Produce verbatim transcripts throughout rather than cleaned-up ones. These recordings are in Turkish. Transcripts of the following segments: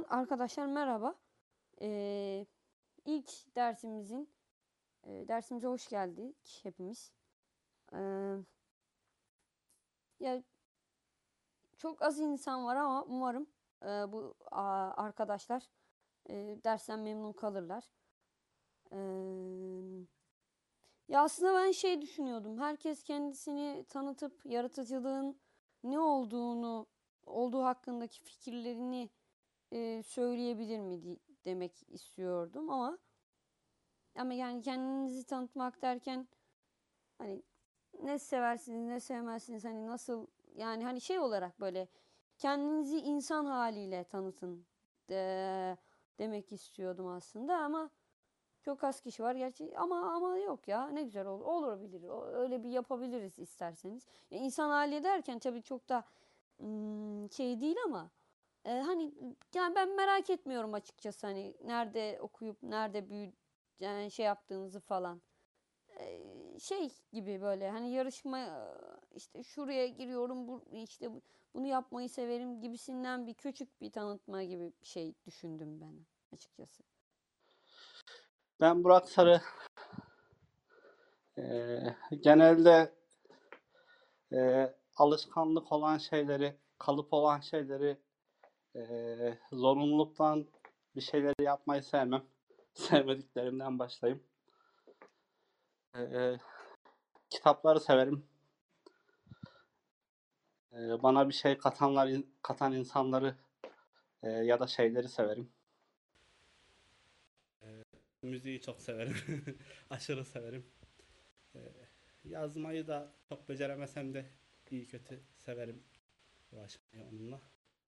Arkadaşlar merhaba. Ee, ilk dersimizin e, dersimize hoş geldik hepimiz. Ee, ya çok az insan var ama umarım e, bu a, arkadaşlar e, dersten memnun kalırlar. Ee, ya aslında ben şey düşünüyordum. Herkes kendisini tanıtıp yaratıcılığın ne olduğunu, olduğu hakkındaki fikirlerini e, söyleyebilir mi di- demek istiyordum ama Ama yani kendinizi tanıtmak derken hani ne seversiniz ne sevmezsiniz hani nasıl yani hani şey olarak böyle kendinizi insan haliyle tanıtın de, demek istiyordum aslında ama çok az kişi var gerçi ama ama yok ya ne güzel olur olabilir öyle bir yapabiliriz isterseniz. Ya insan hali derken tabii çok da ım, şey değil ama e, hani yani ben merak etmiyorum açıkçası hani nerede okuyup nerede büyü yani şey yaptığınızı falan. E, şey gibi böyle hani yarışma e, işte şuraya giriyorum bu işte bu- bunu yapmayı severim gibisinden bir küçük bir tanıtma gibi bir şey düşündüm ben açıkçası. Ben Burak Sarı. Eee, genelde eee, alışkanlık olan şeyleri, kalıp olan şeyleri eee, zorunluluktan bir şeyleri yapmayı sevmem. Sevmediklerimden başlayayım. Eee, kitapları severim. Eee, bana bir şey katanlar, katan insanları eee, ya da şeyleri severim. Eee, müziği çok severim. Aşırı severim. Eee, yazmayı da çok beceremesem de iyi kötü severim uğraşmayı onunla.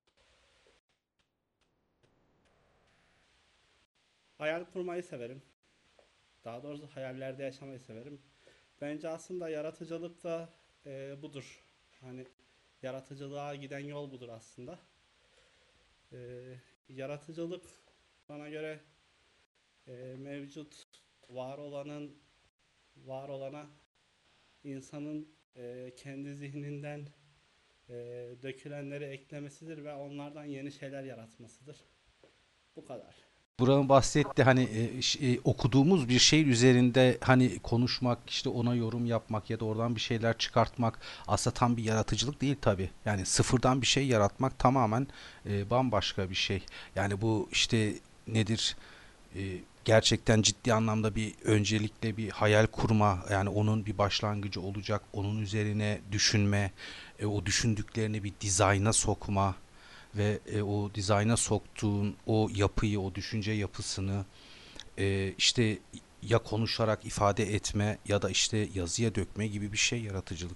Hayal kurmayı severim. Daha doğrusu hayallerde yaşamayı severim. Bence aslında yaratıcılık da e, budur. Hani yaratıcılığa giden yol budur aslında. E, yaratıcılık bana göre e, mevcut var olanın var olana insanın e, kendi zihninden e, dökülenleri eklemesidir ve onlardan yeni şeyler yaratmasıdır. Bu kadar. Burak'ın bahsetti hani e, ş- e, okuduğumuz bir şey üzerinde hani konuşmak işte ona yorum yapmak ya da oradan bir şeyler çıkartmak aslında tam bir yaratıcılık değil tabii. Yani sıfırdan bir şey yaratmak tamamen e, bambaşka bir şey. Yani bu işte nedir? E, gerçekten ciddi anlamda bir öncelikle bir hayal kurma yani onun bir başlangıcı olacak onun üzerine düşünme e, o düşündüklerini bir dizayna sokma ve e, o dizayna soktuğun o yapıyı, o düşünce yapısını e, işte ya konuşarak ifade etme ya da işte yazıya dökme gibi bir şey yaratıcılık.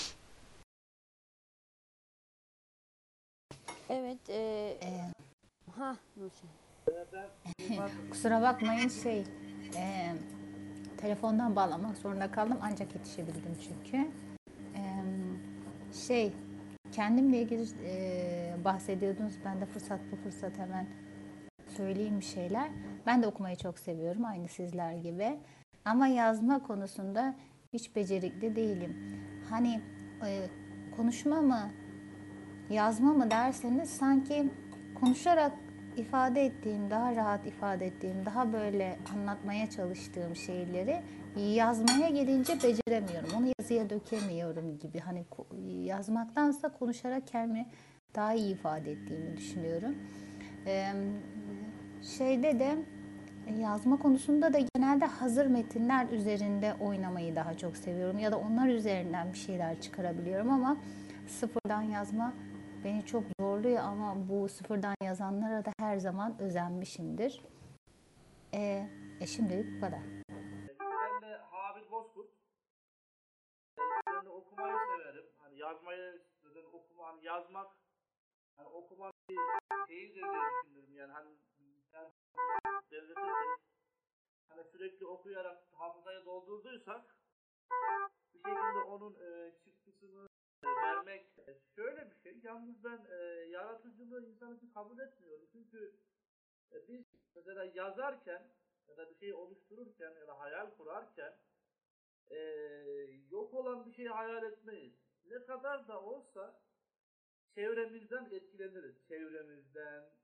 Evet e, Ee, ha Nurşen. kusura bakmayın şey e, telefondan bağlamak zorunda kaldım ancak yetişebildim çünkü. Ee, şey kendimle ilgili e, bahsediyordunuz. Ben de fırsat bu fırsat hemen söyleyeyim bir şeyler. Ben de okumayı çok seviyorum aynı sizler gibi. Ama yazma konusunda hiç becerikli değilim. Hani e, konuşma mı yazma mı derseniz sanki konuşarak ifade ettiğim, daha rahat ifade ettiğim, daha böyle anlatmaya çalıştığım şeyleri yazmaya gelince beceremiyorum. Onu yazıya dökemiyorum gibi. Hani yazmaktansa konuşarak kendimi daha iyi ifade ettiğimi düşünüyorum. Ee, şeyde de yazma konusunda da genelde hazır metinler üzerinde oynamayı daha çok seviyorum ya da onlar üzerinden bir şeyler çıkarabiliyorum ama sıfırdan yazma beni çok zorluyor ama bu sıfırdan yazanlara da her zaman özenmişimdir. E, e şimdilik bu kadar. Ben de Habil Bozkurt. Ben de okumayı severim. Hani yazmayı zaten okuma, hani yazmak, hani okumak bir şeydir diye düşünüyorum. Yani hani bilgisayar benzetirsek, hani sürekli okuyarak hafızayı doldurduysak bir şekilde onun e, çıktısını e, vermek e, şöyle bir şey. Yalnız ben e, yaratıcılığı insan için kabul etmiyorum. Çünkü e, biz mesela yazarken ya da bir şey oluştururken ya da hayal kurarken e, yok olan bir şeyi hayal etmeyiz. Ne kadar da olsa çevremizden etkileniriz. Çevremizden,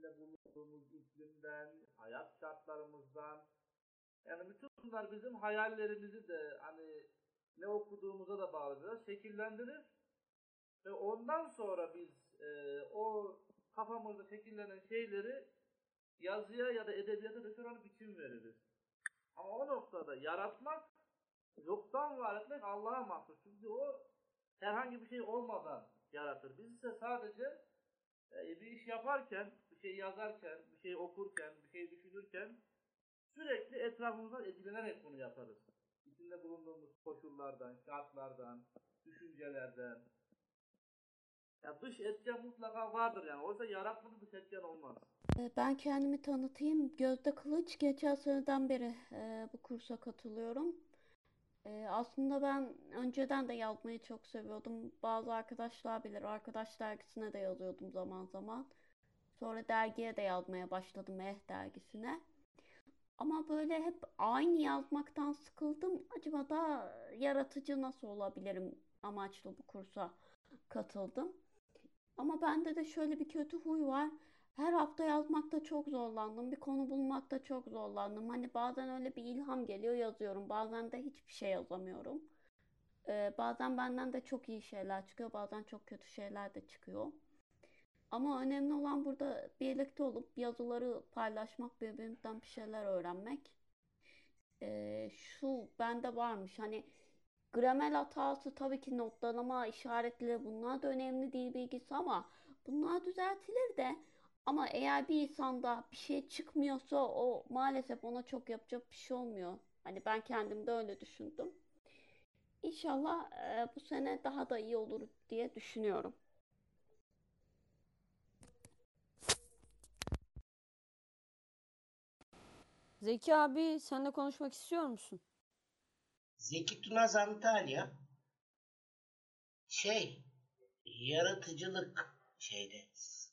içinde bulunduğumuz iklimden, hayat şartlarımızdan. Yani bütün bunlar bizim hayallerimizi de hani ne okuduğumuza da bağlı biraz şekillendirir. Ve ondan sonra biz e, o kafamızda şekillenen şeyleri yazıya ya da edebiyata döker onu biçim veririz. Ama o noktada yaratmak, yoktan var etmek Allah'a mahsus. Çünkü o herhangi bir şey olmadan yaratır. Biz ise sadece e, bir iş yaparken, bir şey yazarken, bir şey okurken, bir şey düşünürken sürekli etrafımızdan etkilenerek bunu yaparız. İçinde bulunduğumuz koşullardan, şartlardan, düşüncelerden. Ya dış etken mutlaka vardır yani. Oysa yaratmadı dış etken olmaz. Ee, Ben kendimi tanıtayım. Gözde Kılıç. Geçen seneden beri e, bu kursa katılıyorum. E, aslında ben önceden de yazmayı çok seviyordum. Bazı arkadaşlar bilir. Arkadaş dergisine de yazıyordum zaman zaman. Sonra dergiye de yazmaya başladım, Eh dergisine. Ama böyle hep aynı yazmaktan sıkıldım. Acaba daha yaratıcı nasıl olabilirim amaçlı bu kursa katıldım. Ama bende de şöyle bir kötü huy var. Her hafta yazmakta çok zorlandım. Bir konu bulmakta çok zorlandım. Hani bazen öyle bir ilham geliyor, yazıyorum. Bazen de hiçbir şey yazamıyorum. Ee, bazen benden de çok iyi şeyler çıkıyor. Bazen çok kötü şeyler de çıkıyor. Ama önemli olan burada birlikte olup yazıları paylaşmak, birbirimizden bir şeyler öğrenmek. Ee, şu bende varmış. Hani gramer hatası, tabii ki noktalama işaretleri, bunlar da önemli, dil bilgisi, ama bunlar düzeltilir de, ama eğer bir insanda bir şey çıkmıyorsa o maalesef ona çok yapacak bir şey olmuyor. Hani ben kendimde öyle düşündüm. İnşallah e, bu sene daha da iyi olur diye düşünüyorum. Zeki abi sen de konuşmak istiyor musun? Zeki Tunaz Antalya şey yaratıcılık şeyde.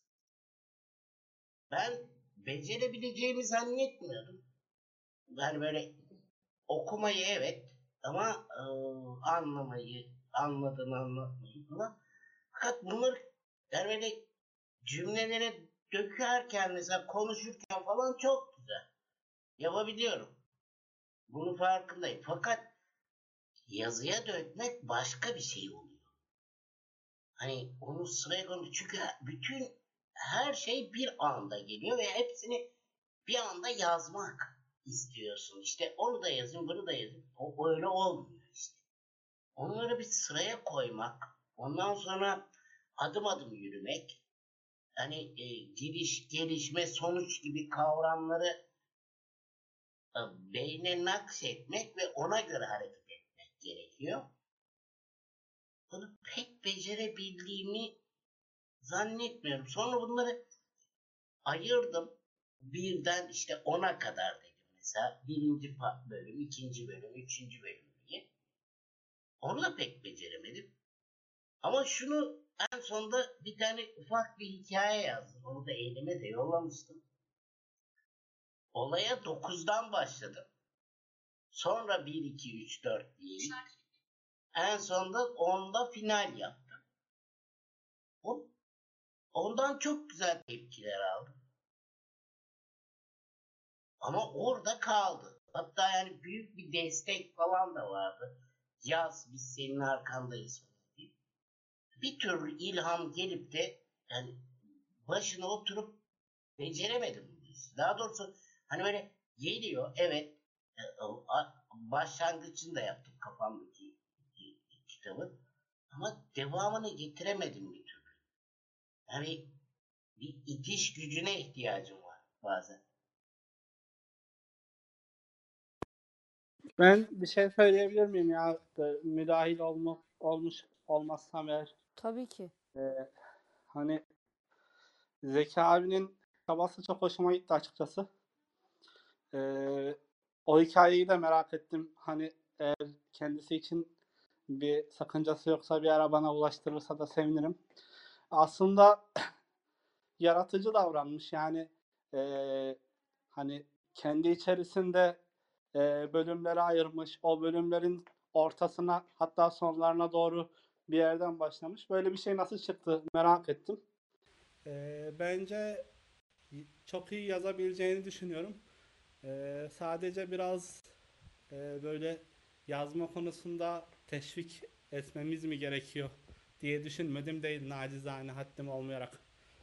Ben becerebileceğimi zannetmiyordum. Yani böyle okumayı evet ama e, anlamayı, anladığını anlatmayı falan. Fakat bunları yani böyle cümlelere dökerken mesela konuşurken falan çok güzel yapabiliyorum. Bunun farkındayım. Fakat yazıya dökmek başka bir şey oluyor. Hani onu sıraya koymuş. Çünkü bütün her şey bir anda geliyor ve hepsini bir anda yazmak istiyorsun. İşte onu da yazayım, bunu da yazayım. O öyle olmuyor işte. Onları bir sıraya koymak, ondan sonra adım adım yürümek, hani e, giriş, gelişme, sonuç gibi kavramları e, beyne nakşetmek ve ona göre hareket etmek gerekiyor. Bunu pek becerebildiğimi zannetmiyorum. Sonra bunları ayırdım. Birden işte ona kadar dedim mesela. Birinci bölüm, ikinci bölüm, üçüncü bölüm diye. Onu da pek beceremedim. Ama şunu en sonunda bir tane ufak bir hikaye yazdım. Onu da eyleme de yollamıştım. Olaya dokuzdan başladım. Sonra bir, iki, üç, dört diye. En sonunda onda final yaptım. Ondan çok güzel tepkiler aldım. Ama orada kaldı. Hatta yani büyük bir destek falan da vardı. Yaz, biz senin arkandayız diye. Bir türlü ilham gelip de yani başına oturup beceremedim bu işi. Daha doğrusu hani böyle geliyor, evet, başlangıcını da yaptım kafamdaki kitabı. Ama devamını getiremedim bir türlü. Yani bir itiş gücüne ihtiyacım var bazen. Ben bir şey söyleyebilir miyim ya? De, müdahil olma, olmuş olmazsam eğer. Tabii ki. Ee, hani Zeki abinin çabası çok hoşuma gitti açıkçası. Ee, o hikayeyi de merak ettim. Hani eğer kendisi için bir sakıncası yoksa bir ara bana ulaştırırsa da sevinirim. Aslında yaratıcı davranmış. Yani ee, hani kendi içerisinde e, bölümlere ayırmış. O bölümlerin ortasına hatta sonlarına doğru bir yerden başlamış. Böyle bir şey nasıl çıktı merak ettim. Ee, bence y- çok iyi yazabileceğini düşünüyorum. Ee, sadece biraz e, böyle yazma konusunda teşvik etmemiz mi gerekiyor diye düşünmedim değil, nacizane haddim olmayarak.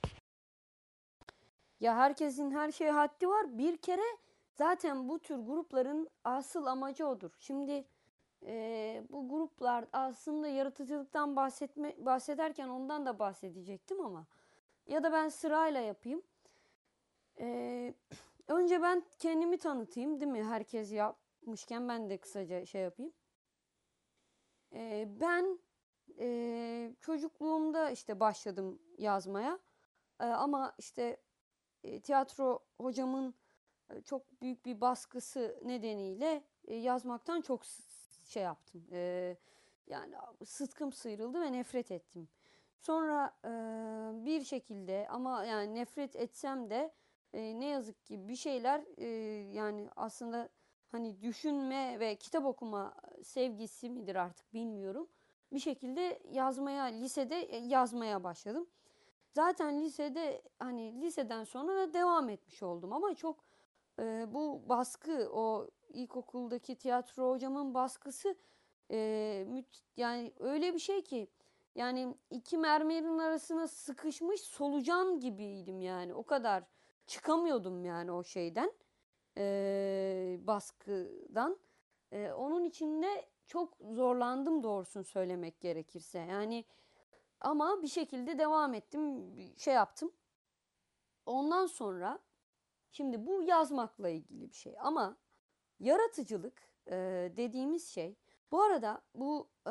Ya herkesin her şeye haddi var. Bir kere zaten bu tür grupların asıl amacı odur. Şimdi eee, bu gruplar aslında yaratıcılıktan bahsetme, bahsederken ondan da bahsedecektim ama ya da ben sırayla yapayım. Eee, önce ben kendimi tanıtayım, değil mi? Herkes yapmışken ben de kısaca şey yapayım. Eee, ben eee, çocukluğumda işte başladım yazmaya. Eee, ama işte e, tiyatro hocamın e, çok büyük bir baskısı nedeniyle e, yazmaktan çok s- şey yaptım. E, yani sıtkım sıyrıldı ve nefret ettim. Sonra e, bir şekilde ama yani nefret etsem de e, ne yazık ki bir şeyler e, yani aslında hani düşünme ve kitap okuma sevgisi midir artık bilmiyorum. Bir şekilde yazmaya lisede e, yazmaya başladım. Zaten lisede hani liseden sonra da devam etmiş oldum ama çok e, bu baskı o ilkokuldaki tiyatro hocamın baskısı e, müt- yani öyle bir şey ki yani iki mermerin arasına sıkışmış solucan gibiydim yani o kadar çıkamıyordum yani o şeyden e, baskıdan. E, onun içinde çok zorlandım doğrusunu söylemek gerekirse yani ama bir şekilde devam ettim bir şey yaptım. Ondan sonra şimdi bu yazmakla ilgili bir şey ama yaratıcılık e, dediğimiz şey bu arada bu e,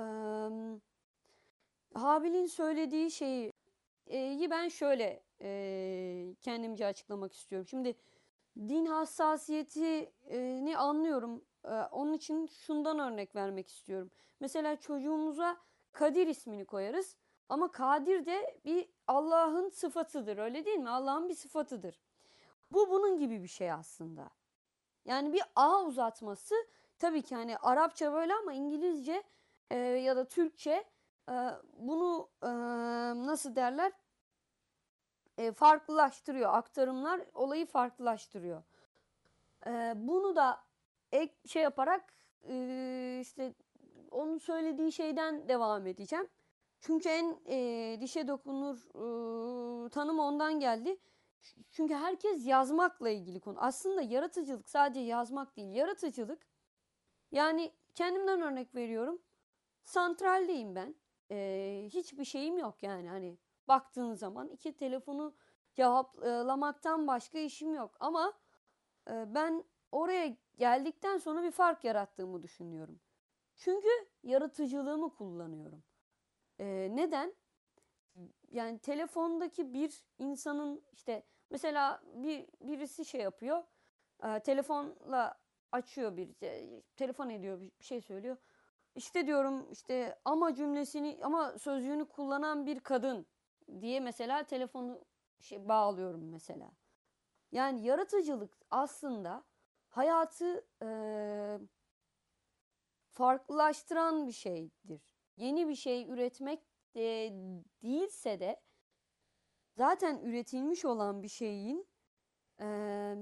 Habil'in söylediği şeyi e, yi ben şöyle e, kendimce açıklamak istiyorum. Şimdi din hassasiyetini anlıyorum. E, onun için şundan örnek vermek istiyorum. Mesela çocuğumuza Kadir ismini koyarız. Ama Kadir de bir Allah'ın sıfatıdır, öyle değil mi? Allah'ın bir sıfatıdır. Bu bunun gibi bir şey aslında. Yani bir ağ uzatması tabii ki hani Arapça böyle ama İngilizce e, ya da Türkçe e, bunu e, nasıl derler? E, farklılaştırıyor. Aktarımlar olayı farklılaştırıyor. E, bunu da ek şey yaparak e, işte onun söylediği şeyden devam edeceğim. Çünkü en e, dişe dokunur e, tanım ondan geldi. Çünkü herkes yazmakla ilgili konu. Aslında yaratıcılık sadece yazmak değil. Yaratıcılık yani kendimden örnek veriyorum. Santraldeyim ben. E, hiçbir şeyim yok yani hani baktığın zaman iki telefonu cevaplamaktan başka işim yok. Ama e, ben oraya geldikten sonra bir fark yarattığımı düşünüyorum. Çünkü yaratıcılığımı kullanıyorum. Ee, neden? Yani telefondaki bir insanın işte mesela bir birisi şey yapıyor. E, telefonla açıyor bir e, telefon ediyor bir şey söylüyor. İşte diyorum işte ama cümlesini ama sözcüğünü kullanan bir kadın diye mesela telefonu şey bağlıyorum mesela. Yani yaratıcılık aslında hayatı e, farklılaştıran bir şeydir. Yeni bir şey üretmek de değilse de zaten üretilmiş olan bir şeyin eee,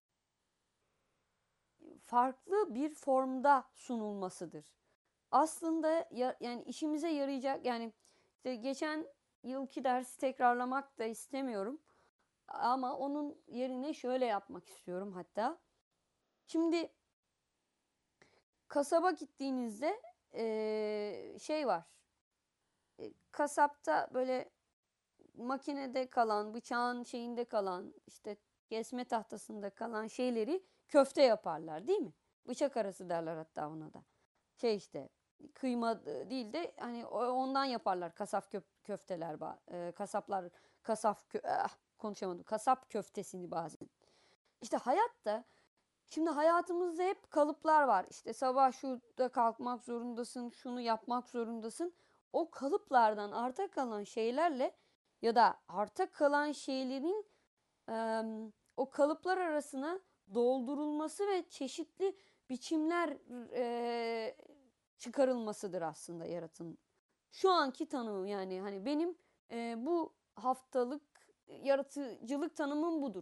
farklı bir formda sunulmasıdır. Aslında ya, yani işimize yarayacak yani işte geçen yılki dersi tekrarlamak da istemiyorum. Ama onun yerine şöyle yapmak istiyorum hatta. Şimdi kasaba gittiğinizde eee, şey var. E, kasapta böyle makinede kalan, bıçağın şeyinde kalan, işte kesme tahtasında kalan şeyleri köfte yaparlar, değil mi? Bıçak arası derler hatta ona da. Şey işte kıyma değil de hani ondan yaparlar kasap köf- köfteler, e, kasaplar kasap kö- ah, konuşamadım. Kasap köftesini bazen. İşte hayatta şimdi hayatımızda hep kalıplar var. İşte sabah şurada kalkmak zorundasın, şunu yapmak zorundasın. O kalıplardan arta kalan şeylerle ya da arta kalan şeylerin e, o kalıplar arasına doldurulması ve çeşitli biçimler e, çıkarılmasıdır aslında yaratım. Şu anki tanımım yani hani benim e, bu haftalık yaratıcılık tanımım budur.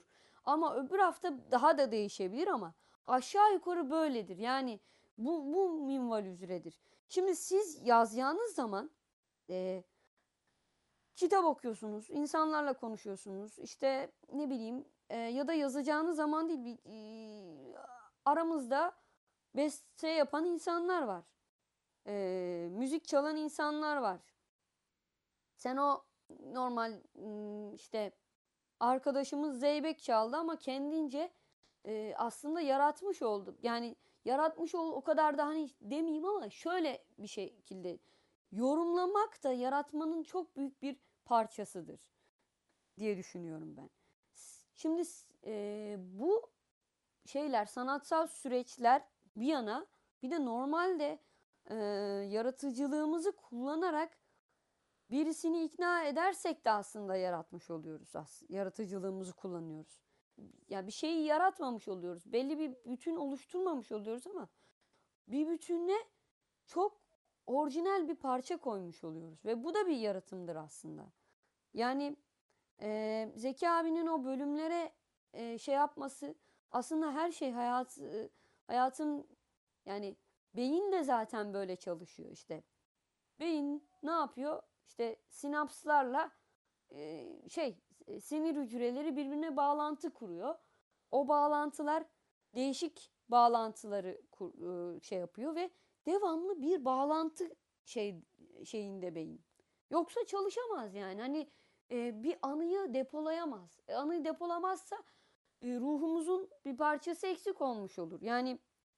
Ama öbür hafta daha da değişebilir ama aşağı yukarı böyledir. Yani bu, bu minval üzeredir. Şimdi siz yazacağınız zaman e, kitap okuyorsunuz, insanlarla konuşuyorsunuz. İşte ne bileyim e, ya da yazacağınız zaman değil bir, e, aramızda beste yapan insanlar var. E, müzik çalan insanlar var. Sen o normal m, işte arkadaşımız zeybek çaldı ama kendince e, aslında yaratmış oldu. Yani yaratmış ol o kadar da hani demeyeyim ama şöyle bir şekilde yorumlamak da yaratmanın çok büyük bir parçasıdır diye düşünüyorum ben. Şimdi e, bu şeyler sanatsal süreçler bir yana bir de normalde e, yaratıcılığımızı kullanarak birisini ikna edersek de aslında yaratmış oluyoruz. Aslında yaratıcılığımızı kullanıyoruz. Ya bir şeyi yaratmamış oluyoruz. Belli bir bütün oluşturmamış oluyoruz ama bir bütüne çok orijinal bir parça koymuş oluyoruz. Ve bu da bir yaratımdır aslında. Yani e, Zeki abinin o bölümlere e, şey yapması aslında her şey hayat, e, hayatın yani beyin de zaten böyle çalışıyor işte. Beyin ne yapıyor? İşte sinapslarla e, şey e, sinir hücreleri birbirine bağlantı kuruyor. O bağlantılar değişik bağlantıları kur, e, şey yapıyor ve devamlı bir bağlantı şey şeyinde beyin. Yoksa çalışamaz yani. Hani e, bir anıyı depolayamaz. E, anıyı depolamazsa e, ruhumuzun bir parçası eksik olmuş olur. Yani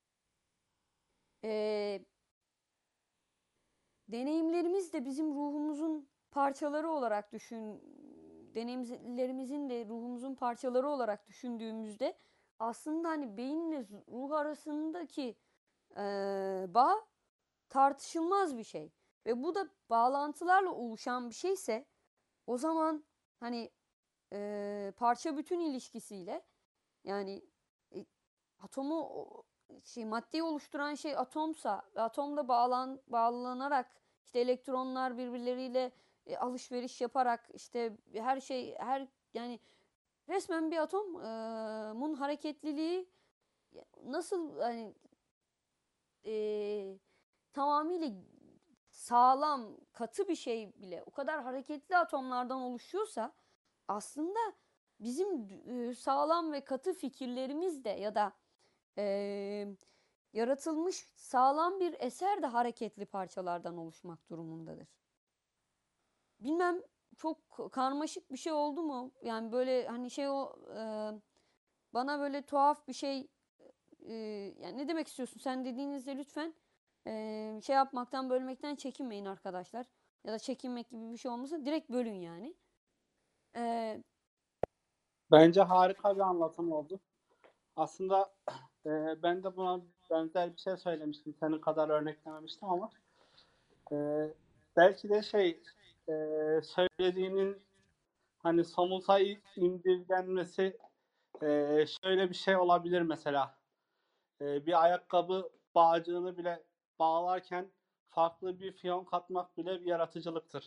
e, deneyimlerimiz de bizim ruhumuzun parçaları olarak düşün, deneyimlerimizin de ruhumuzun parçaları olarak düşündüğümüzde aslında hani beyinle ruh arasındaki e, bağ tartışılmaz bir şey. Ve bu da bağlantılarla oluşan bir şeyse o zaman hani e, parça bütün ilişkisiyle yani e, atomu şey maddeyi oluşturan şey atomsa ve atomda bağlan bağlanarak işte elektronlar birbirleriyle e, alışveriş yaparak işte her şey her yani resmen bir atomun hareketliliği nasıl hani e, tamamıyla sağlam katı bir şey bile o kadar hareketli atomlardan oluşuyorsa aslında bizim e, sağlam ve katı fikirlerimiz de ya da e, yaratılmış sağlam bir eser de hareketli parçalardan oluşmak durumundadır. Bilmem çok karmaşık bir şey oldu mu? Yani böyle hani şey o e, bana böyle tuhaf bir şey e, yani ne demek istiyorsun sen dediğinizde lütfen e, şey yapmaktan bölmekten çekinmeyin arkadaşlar. Ya da çekinmek gibi bir şey olmasın. Direkt bölün yani. E, Bence harika bir anlatım oldu. Aslında e, ben de buna benzer bir şey söylemiştim. Senin kadar örneklememiştim ama e, belki de şey e, söylediğinin hani somuta indirgenmesi e, şöyle bir şey olabilir mesela. E, bir ayakkabı bağcığını bile bağlarken farklı bir fiyon katmak bile bir yaratıcılıktır.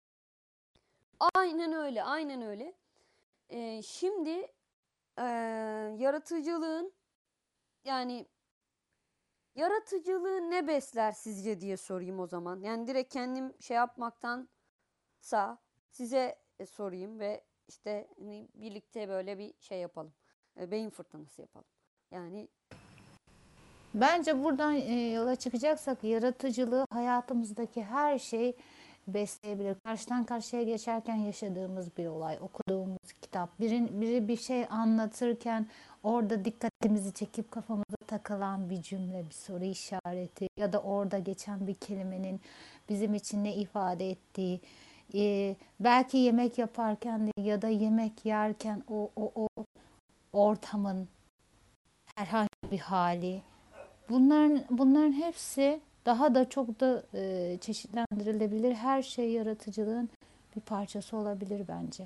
aynen öyle, aynen öyle. E, şimdi e, yaratıcılığın yani yaratıcılığı ne besler sizce diye sorayım o zaman. Yani direkt kendim şey yapmaktansa size e, sorayım ve işte hani birlikte böyle bir şey yapalım. E, beyin fırtınası yapalım. Yani Bence buradan e, yola çıkacaksak yaratıcılığı hayatımızdaki her şey besleyebilir. Karşıdan karşıya geçerken yaşadığımız bir olay, okuduğumuz kitap, biri, biri bir şey anlatırken orada dikkatimizi çekip kafamıza takılan bir cümle, bir soru işareti ya da orada geçen bir kelimenin bizim için ne ifade ettiği, e, belki yemek yaparken de ya da yemek yerken o, o, o ortamın herhangi bir hali. Bunların bunların hepsi daha da çok da e, çeşitlendirilebilir. Her şey yaratıcılığın bir parçası olabilir bence.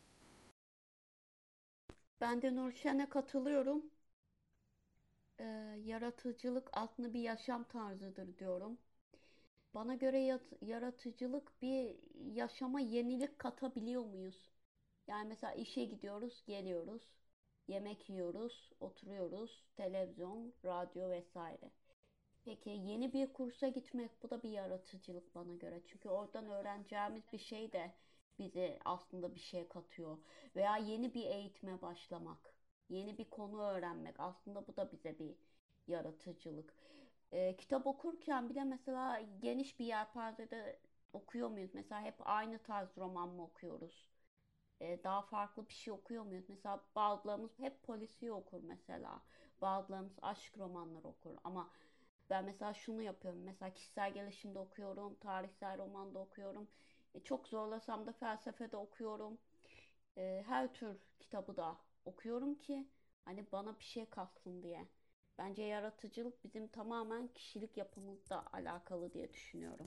Ben de Nurşen'e katılıyorum. Ee, Yaratıcılık aslında bir yaşam tarzıdır diyorum. Bana göre yat- yaratıcılık bir yaşama yenilik katabiliyor muyuz? Yani mesela işe gidiyoruz, geliyoruz. Yemek yiyoruz, oturuyoruz, televizyon, radyo vesaire. Peki yeni bir kursa gitmek, bu da bir yaratıcılık bana göre. Çünkü oradan öğreneceğimiz bir şey de bize aslında bir şey katıyor. Veya yeni bir eğitime başlamak, yeni bir konu öğrenmek, aslında bu da bize bir yaratıcılık. Ee, kitap okurken bile mesela geniş bir yelpazede okuyor muyuz? Mesela hep aynı tarz roman mı okuyoruz? Ee, daha farklı bir şey okuyor muyuz? Mesela bazılarımız hep polisiye okur mesela. Bazılarımız aşk romanları okur. Ama ben mesela şunu yapıyorum. Mesela kişisel gelişimde okuyorum, tarihsel romanda okuyorum. E, çok zorlasam da felsefede okuyorum. E, her tür kitabı da okuyorum ki hani bana bir şey katsın diye. Bence yaratıcılık bizim tamamen kişilik yapımızla alakalı diye düşünüyorum.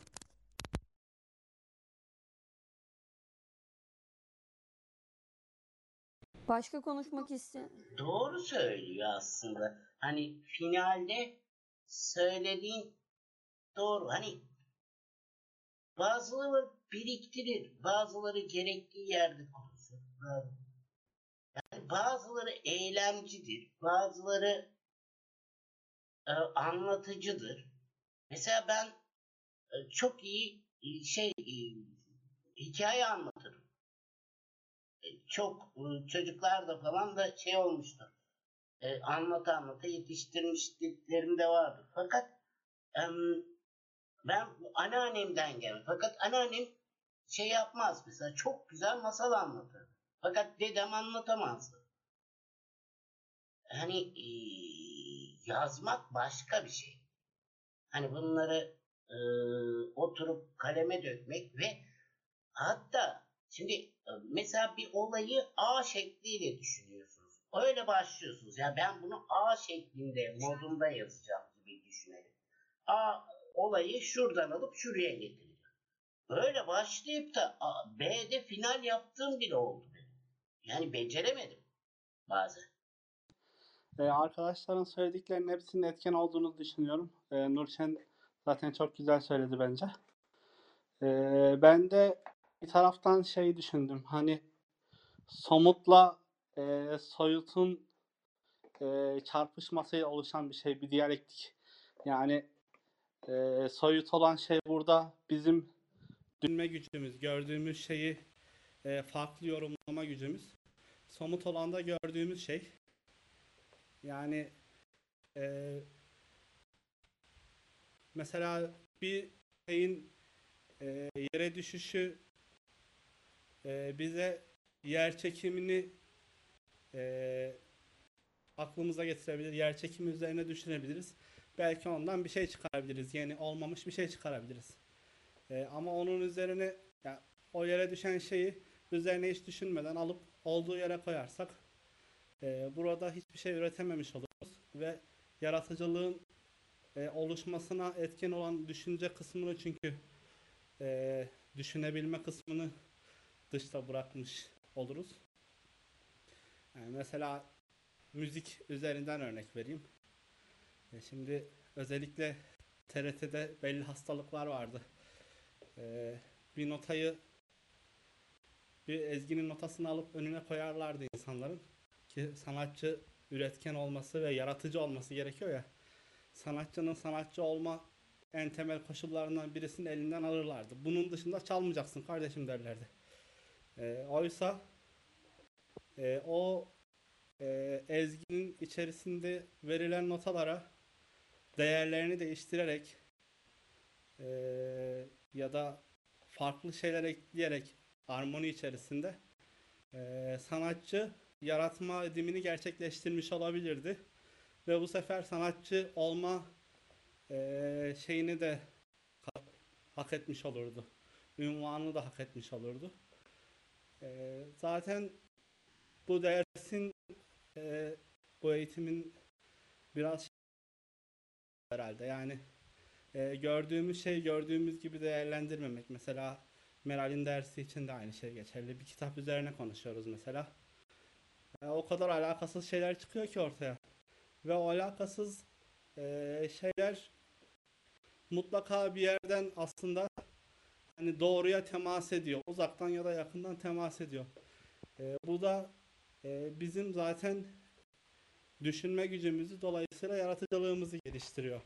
Başka konuşmak isteyen... Doğru söylüyor aslında. Hani finalde söylediğin doğru. Hani bazıları biriktirir, bazıları gerektiği yerde konuşur. Yani bazıları eylemcidir, bazıları e, anlatıcıdır. Mesela ben e, çok iyi e, şey e, hikaye anlatırım. E, çok e, çocuklar da falan da şey olmuştur. E, anlata anlata yetiştirmişliklerim de vardır. Fakat em, ben anneannemden geldim. Fakat anneannem şey yapmaz mesela, çok güzel masal anlatır. Fakat dedem anlatamazdı. Hani e, yazmak başka bir şey. Hani bunları e, oturup kaleme dökmek ve hatta şimdi e, mesela bir olayı A şekliyle düşünüyorsunuz. Öyle başlıyorsunuz. Ya ben bunu A şeklinde, modunda yazacağım gibi düşünelim. A olayı şuradan alıp şuraya getireceğim. Böyle başlayıp da A, B'de final yaptığım bile oldu benim. Yani beceremedim bazen. Ee, arkadaşların söylediklerinin hepsinin etken olduğunu düşünüyorum. Ee, Nurşen zaten çok güzel söyledi bence. Ee, ben de bir taraftan şey düşündüm. Hani somutla e, soyutun e, çarpışmasıyla oluşan bir şey, bir diyalektik. Yani e, soyut olan şey burada bizim düşünme gücümüz, gördüğümüz şeyi e, farklı yorumlama gücümüz. Somut olan da gördüğümüz şey. Yani e, mesela bir şeyin e, yere düşüşü e, bize yer çekimini e, aklımıza getirebilir. Yer çekimi üzerine düşünebiliriz. Belki ondan bir şey çıkarabiliriz. Yeni olmamış bir şey çıkarabiliriz. E, ama onun üzerine, yani o yere düşen şeyi üzerine hiç düşünmeden alıp olduğu yere koyarsak e, burada hiçbir şey üretememiş oluruz ve yaratıcılığın e, oluşmasına etken olan düşünce kısmını, çünkü e, düşünebilme kısmını dışta bırakmış oluruz. Yani mesela müzik üzerinden örnek vereyim. E, şimdi özellikle T R T'de belli hastalıklar vardı. E, bir notayı, bir ezginin notasını alıp önüne koyarlardı insanların. Ki sanatçı üretken olması ve yaratıcı olması gerekiyor ya. Sanatçının sanatçı olma en temel koşullarından birisini elinden alırlardı. Bunun dışında çalmayacaksın kardeşim derlerdi. E, oysa e, o e, ezginin içerisinde verilen notalara değerlerini değiştirerek e, ya da farklı şeyler ekleyerek armoni içerisinde e, sanatçı yaratma edimini gerçekleştirmiş olabilirdi. Ve bu sefer sanatçı olma e, şeyini de hak etmiş olurdu. Ünvanını da hak etmiş olurdu. E, zaten bu dersin, e, bu eğitimin biraz herhalde yani e, gördüğümüz şey gördüğümüz gibi değerlendirmemek. Mesela Meral'in dersi için de aynı şey geçerli. Bir kitap üzerine konuşuyoruz mesela. E, o kadar alakasız şeyler çıkıyor ki ortaya. Ve o alakasız e, şeyler mutlaka bir yerden aslında hani doğruya temas ediyor. Uzaktan ya da yakından temas ediyor. E, bu da e, bizim zaten düşünme gücümüzü, dolayısıyla yaratıcılığımızı geliştiriyor.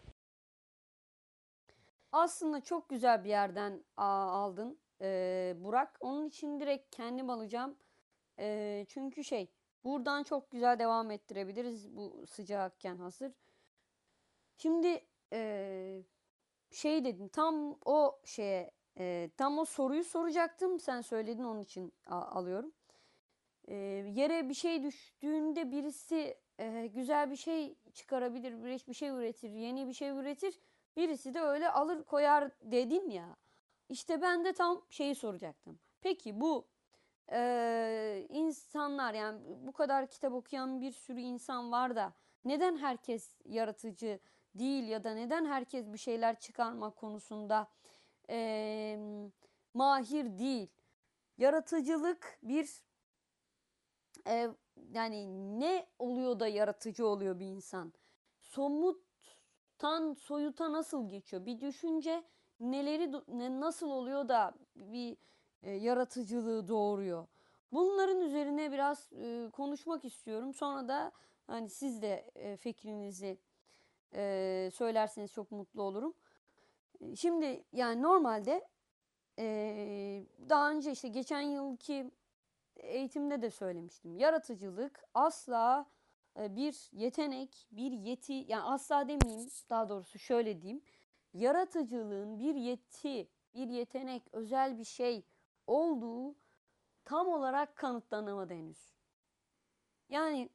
Aslında çok güzel bir yerden a- aldın eee, Burak. Onun için direkt kendim alacağım. Eee, çünkü şey, buradan çok güzel devam ettirebiliriz bu sıcakken hazır. Şimdi eee, şey dedin, tam o şeye, eee, tam o soruyu soracaktım. Sen söyledin, onun için a- alıyorum. Eee, Yere bir şey düştüğünde birisi eee, güzel bir şey çıkarabilir, bir bir şey üretir, yeni bir şey üretir. Birisi de öyle alır koyar dedin ya. İşte ben de tam şeyi soracaktım. Peki bu eee, insanlar, yani bu kadar kitap okuyan bir sürü insan var da neden herkes yaratıcı değil, ya da neden herkes bir şeyler çıkarma konusunda eee, mahir değil? Yaratıcılık bir e, yani ne oluyor da yaratıcı oluyor bir insan? Somuttan soyuta nasıl geçiyor? Bir düşünce neleri ne, nasıl oluyor da bir e, yaratıcılığı doğuruyor? Bunların üzerine biraz e, konuşmak istiyorum. Sonra da hani siz de e, fikrinizi e, söylerseniz çok mutlu olurum. E, Şimdi yani normalde e, daha önce işte geçen yılki eğitimde de söylemiştim. Yaratıcılık asla e, bir yetenek, bir yeti, yani asla demeyeyim, daha doğrusu şöyle diyeyim. Yaratıcılığın bir yeti, bir yetenek, özel bir şey olduğu tam olarak kanıtlanamadı henüz. Yani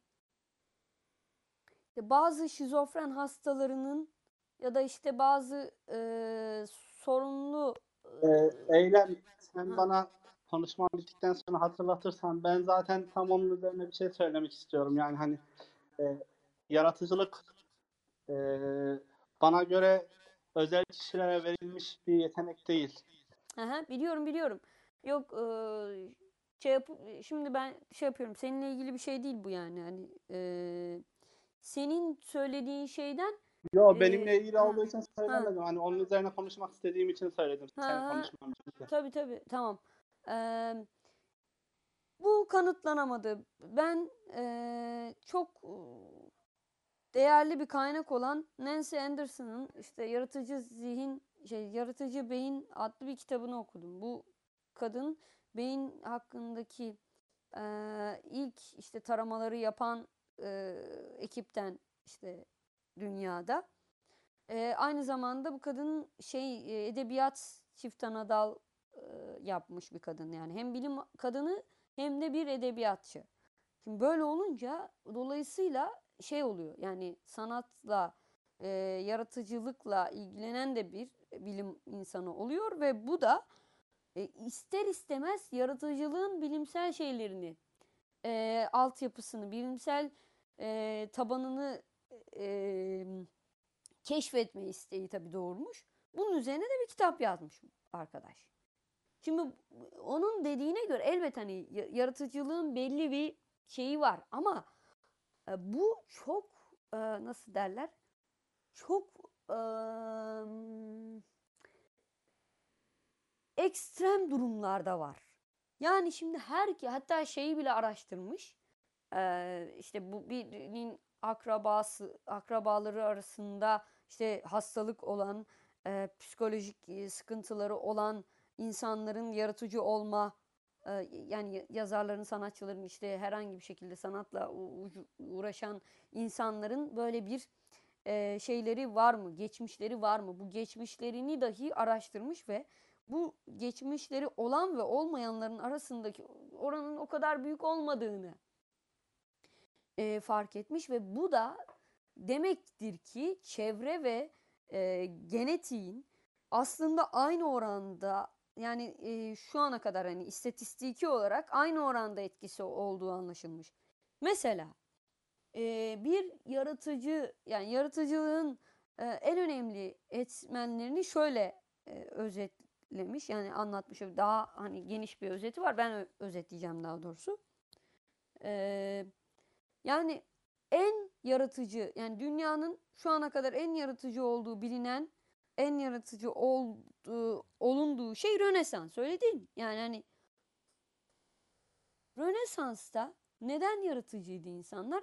işte bazı şizofren hastalarının ya da işte bazı e, sorunlu Ee, Eylem, e, sen ha, bana konuşmam bittikten sonra hatırlatırsan, ben zaten tam onun üzerine bir şey söylemek istiyorum. Yani hani e, yaratıcılık e, bana göre özel kişilere verilmiş bir yetenek değil. Aha, biliyorum biliyorum. Yok eee, şey yap şimdi ben şey yapıyorum. Seninle ilgili bir şey değil bu yani. Hani eee, senin söylediğin şeyden Yo, eee, benimle ilgili ha olduğu için ha söylemedim. Hani onun üzerine konuşmak istediğim için söyledim. ha Senin ha konuşman için. tabii tabii tamam. Eee, Bu kanıtlanamadı. Ben eee, çok değerli bir kaynak olan Nancy Anderson'ın işte Yaratıcı Zihin, şey Yaratıcı Beyin adlı bir kitabını okudum. Bu kadın beyin hakkındaki eee, ilk işte taramaları yapan eee, ekipten işte dünyada. Eee, aynı zamanda bu kadın şey e, edebiyat çift ana dal eee, yapmış bir kadın, yani hem bilim kadını hem de bir edebiyatçı. Şimdi böyle olunca dolayısıyla şey oluyor, yani sanatla e, yaratıcılıkla ilgilenen de bir bilim insanı oluyor ve bu da e, ister istemez yaratıcılığın bilimsel şeylerini, e, altyapısını, bilimsel e, tabanını e, keşfetme isteği tabii doğurmuş. Bunun üzerine de bir kitap yazmış arkadaş. Şimdi onun dediğine göre elbet hani yaratıcılığın belli bir şeyi var ama e, bu çok e, nasıl derler? Çok e, ekstrem durumlarda var. Yani şimdi her ki hatta şeyi bile araştırmış. E, işte bu birinin akrabası akrabaları arasında işte hastalık olan, e, psikolojik e, sıkıntıları olan insanların yaratıcı olma, e, yani yazarların, sanatçıların, işte herhangi bir şekilde sanatla uğraşan insanların böyle bir e, şeyleri var mı, geçmişleri var mı? Bu geçmişlerini dahi araştırmış ve bu geçmişleri olan ve olmayanların arasındaki oranın o kadar büyük olmadığını e, fark etmiş ve bu da demektir ki çevre ve e, genetiğin aslında aynı oranda, yani e, şu ana kadar hani istatistiki olarak aynı oranda etkisi olduğu anlaşılmış. Mesela e, bir yaratıcı, yani yaratıcılığın e, en önemli etmenlerini şöyle e, özetlemiş, yani anlatmış. Daha hani geniş bir özeti var. Ben özetleyeceğim daha doğrusu. E, Yani en yaratıcı, yani dünyanın şu ana kadar en yaratıcı olduğu bilinen, en yaratıcı olduğu, olunduğu şey Rönesans. Öyle değil mi? Yani hani Rönesans'ta neden yaratıcıydı insanlar?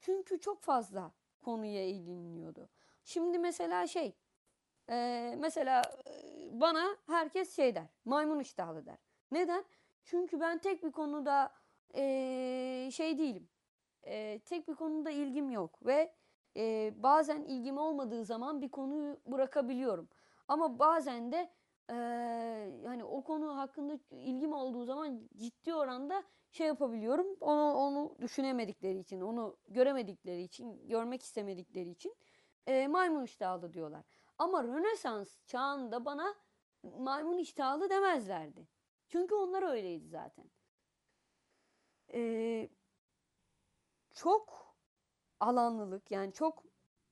Çünkü çok fazla konuya eğiliniyordu. Şimdi mesela şey, e, mesela e, bana herkes şey der, maymun iştahlı der. Neden? Çünkü ben tek bir konuda e, şey değilim. E, tek bir konuda ilgim yok ve e, bazen ilgim olmadığı zaman bir konuyu bırakabiliyorum. Ama bazen de e, hani o konu hakkında ilgim olduğu zaman ciddi oranda şey yapabiliyorum. Onu onu düşünemedikleri için, onu göremedikleri için, görmek istemedikleri için e, maymun iştahlı diyorlar. Ama Rönesans çağında bana maymun iştahlı demezlerdi. Çünkü onlar öyleydi zaten. Ee, Çok alanlılık, yani çok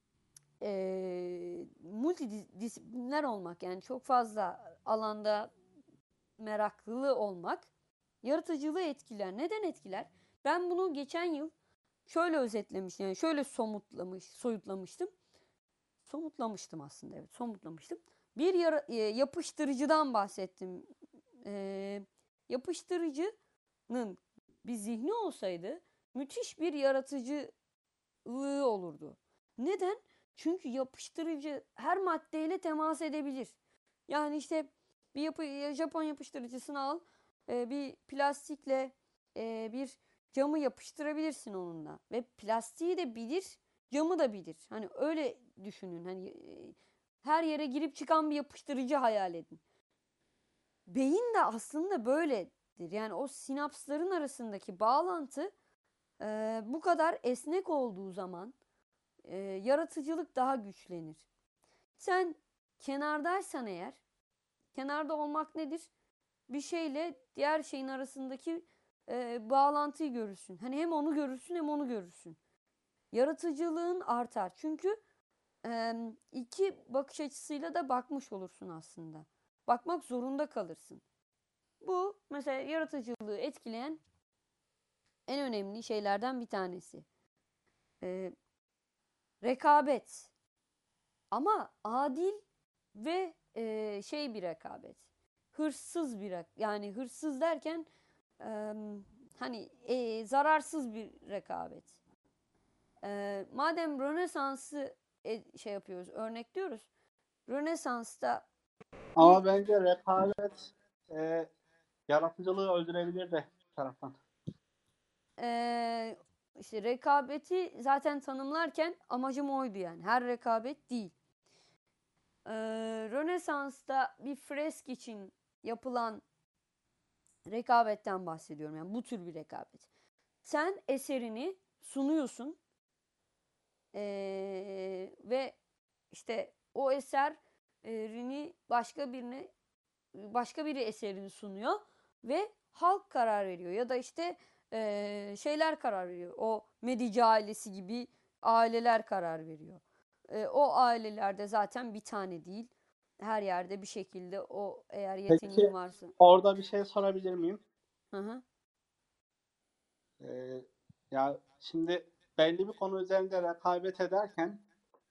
e, multidisipliner olmak, yani çok fazla alanda meraklı olmak yaratıcılığı etkiler. Neden etkiler? Ben bunu geçen yıl şöyle özetlemiş, yani şöyle somutlamış, soyutlamıştım. Somutlamıştım aslında, evet, somutlamıştım. Bir yara, e, yapıştırıcıdan bahsettim. E, Yapıştırıcının bir zihni olsaydı müthiş bir yaratıcılığı olurdu. Neden? Çünkü yapıştırıcı her maddeyle temas edebilir. Yani işte bir yapı, Japon yapıştırıcısını al, e, bir plastikle e, bir camı yapıştırabilirsin onunla ve plastiği de bilir, camı da bilir. Hani öyle düşünün. Hani e, her yere girip çıkan bir yapıştırıcı hayal edin. Beyin de aslında böyledir. Yani o sinapsların arasındaki bağlantı e, bu kadar esnek olduğu zaman e, yaratıcılık daha güçlenir. Sen kenardaysan eğer, kenarda olmak nedir? Bir şeyle diğer şeyin arasındaki e, bağlantıyı görürsün. Hani hem onu görürsün hem onu görürsün. Yaratıcılığın artar. Çünkü e, iki bakış açısıyla da bakmış olursun aslında. Bakmak zorunda kalırsın. Bu mesela yaratıcılığı etkileyen en önemli şeylerden bir tanesi. E, Rekabet. Ama adil ve e, şey bir rekabet. Hırsız bir rekabet. Yani hırsız derken e, hani e, zararsız bir rekabet. E, madem Rönesans'ı e, şey yapıyoruz, örnekliyoruz. Rönesans'ta bir Ama bence rekabet e, yaratıcılığı öldürebilir de bir taraftan. e, işte rekabeti zaten tanımlarken amacım oydu yani. Her rekabet değil. E, Rönesans'ta bir fresk için yapılan rekabetten bahsediyorum. Yani bu tür bir rekabet. Sen eserini sunuyorsun ee, ve işte o eserini başka birine başka biri eserini sunuyor ve halk karar veriyor ya da işte ee, şeyler karar veriyor. O Medici ailesi gibi aileler karar veriyor. Ee, o ailelerde zaten bir tane değil. Her yerde bir şekilde o, eğer yeteneğin Peki varsa. orada bir şey sorabilir miyim? Hı hı. Ee, ya şimdi belli bir konu üzerinde rekabet ederken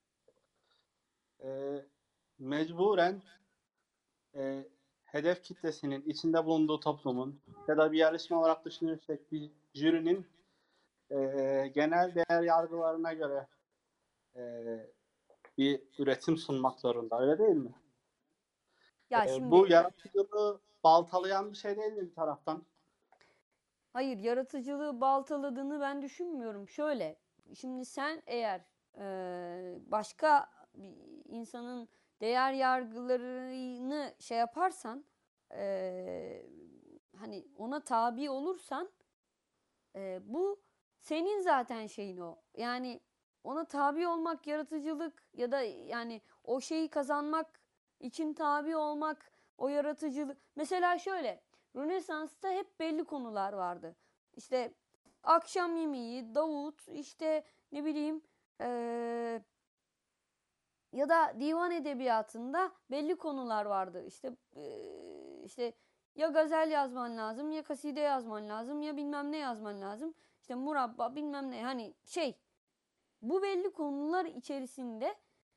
e, mecburen e, hedef kitlesinin, içinde bulunduğu toplumun ya da bir yarışma olarak düşünürsek bir jürinin e, genel değer yargılarına göre e, bir üretim sunmak zorunda. Öyle değil mi? Ya E, bu şimdi yaratıcılığı baltalayan bir şey değil mi bir taraftan? hayır, yaratıcılığı baltaladığını ben düşünmüyorum. Şöyle, şimdi sen eğer e, başka bir insanın değer yargılarını şey yaparsan, e, hani ona tabi olursan, e, bu senin zaten şeyin o. Yani ona tabi olmak yaratıcılık ya da yani o şeyi kazanmak için tabi olmak o yaratıcılık. Mesela şöyle, Rönesans'ta hep belli konular vardı. İşte akşam yemeği, Davut, işte ne bileyim eee, ya da divan edebiyatında belli konular vardı. İşte eee, işte ya gazel yazman lazım, ya kaside yazman lazım, ya bilmem ne yazman lazım. İşte murabba bilmem ne, hani şey, bu belli konular içerisinde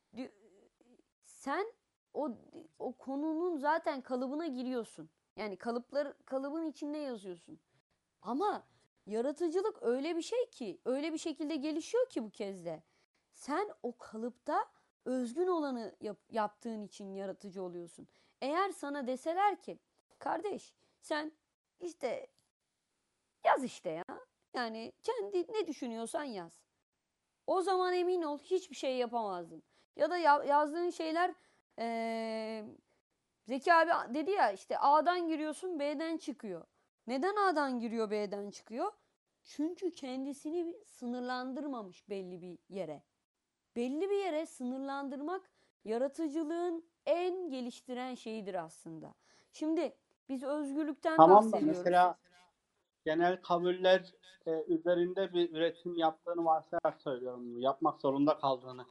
sen o o konunun zaten kalıbına giriyorsun. Yani kalıplar kalıbın içinde yazıyorsun. Ama yaratıcılık öyle bir şey ki, öyle bir şekilde gelişiyor ki bu kez de. Sen o kalıpta özgün olanı yap- yaptığın için yaratıcı oluyorsun. Eğer sana deseler ki, kardeş sen işte yaz işte ya. Yani kendi ne düşünüyorsan yaz. O zaman emin ol hiçbir şey yapamazdın. Ya da ya- yazdığın şeyler eee, Zeki abi dedi ya işte A'dan giriyorsun B'den çıkıyor. Neden A'dan giriyor B'den çıkıyor? Çünkü kendisini bir sınırlandırmamış belli bir yere. Belli bir yere sınırlandırmak yaratıcılığın en geliştiren şeyidir aslında. Şimdi biz özgürlükten Tamam da bahsediyoruz. mesela genel kabuller e, üzerinde bir üretim yaptığını varsayarak söylüyorum. Yapmak zorunda kaldığını.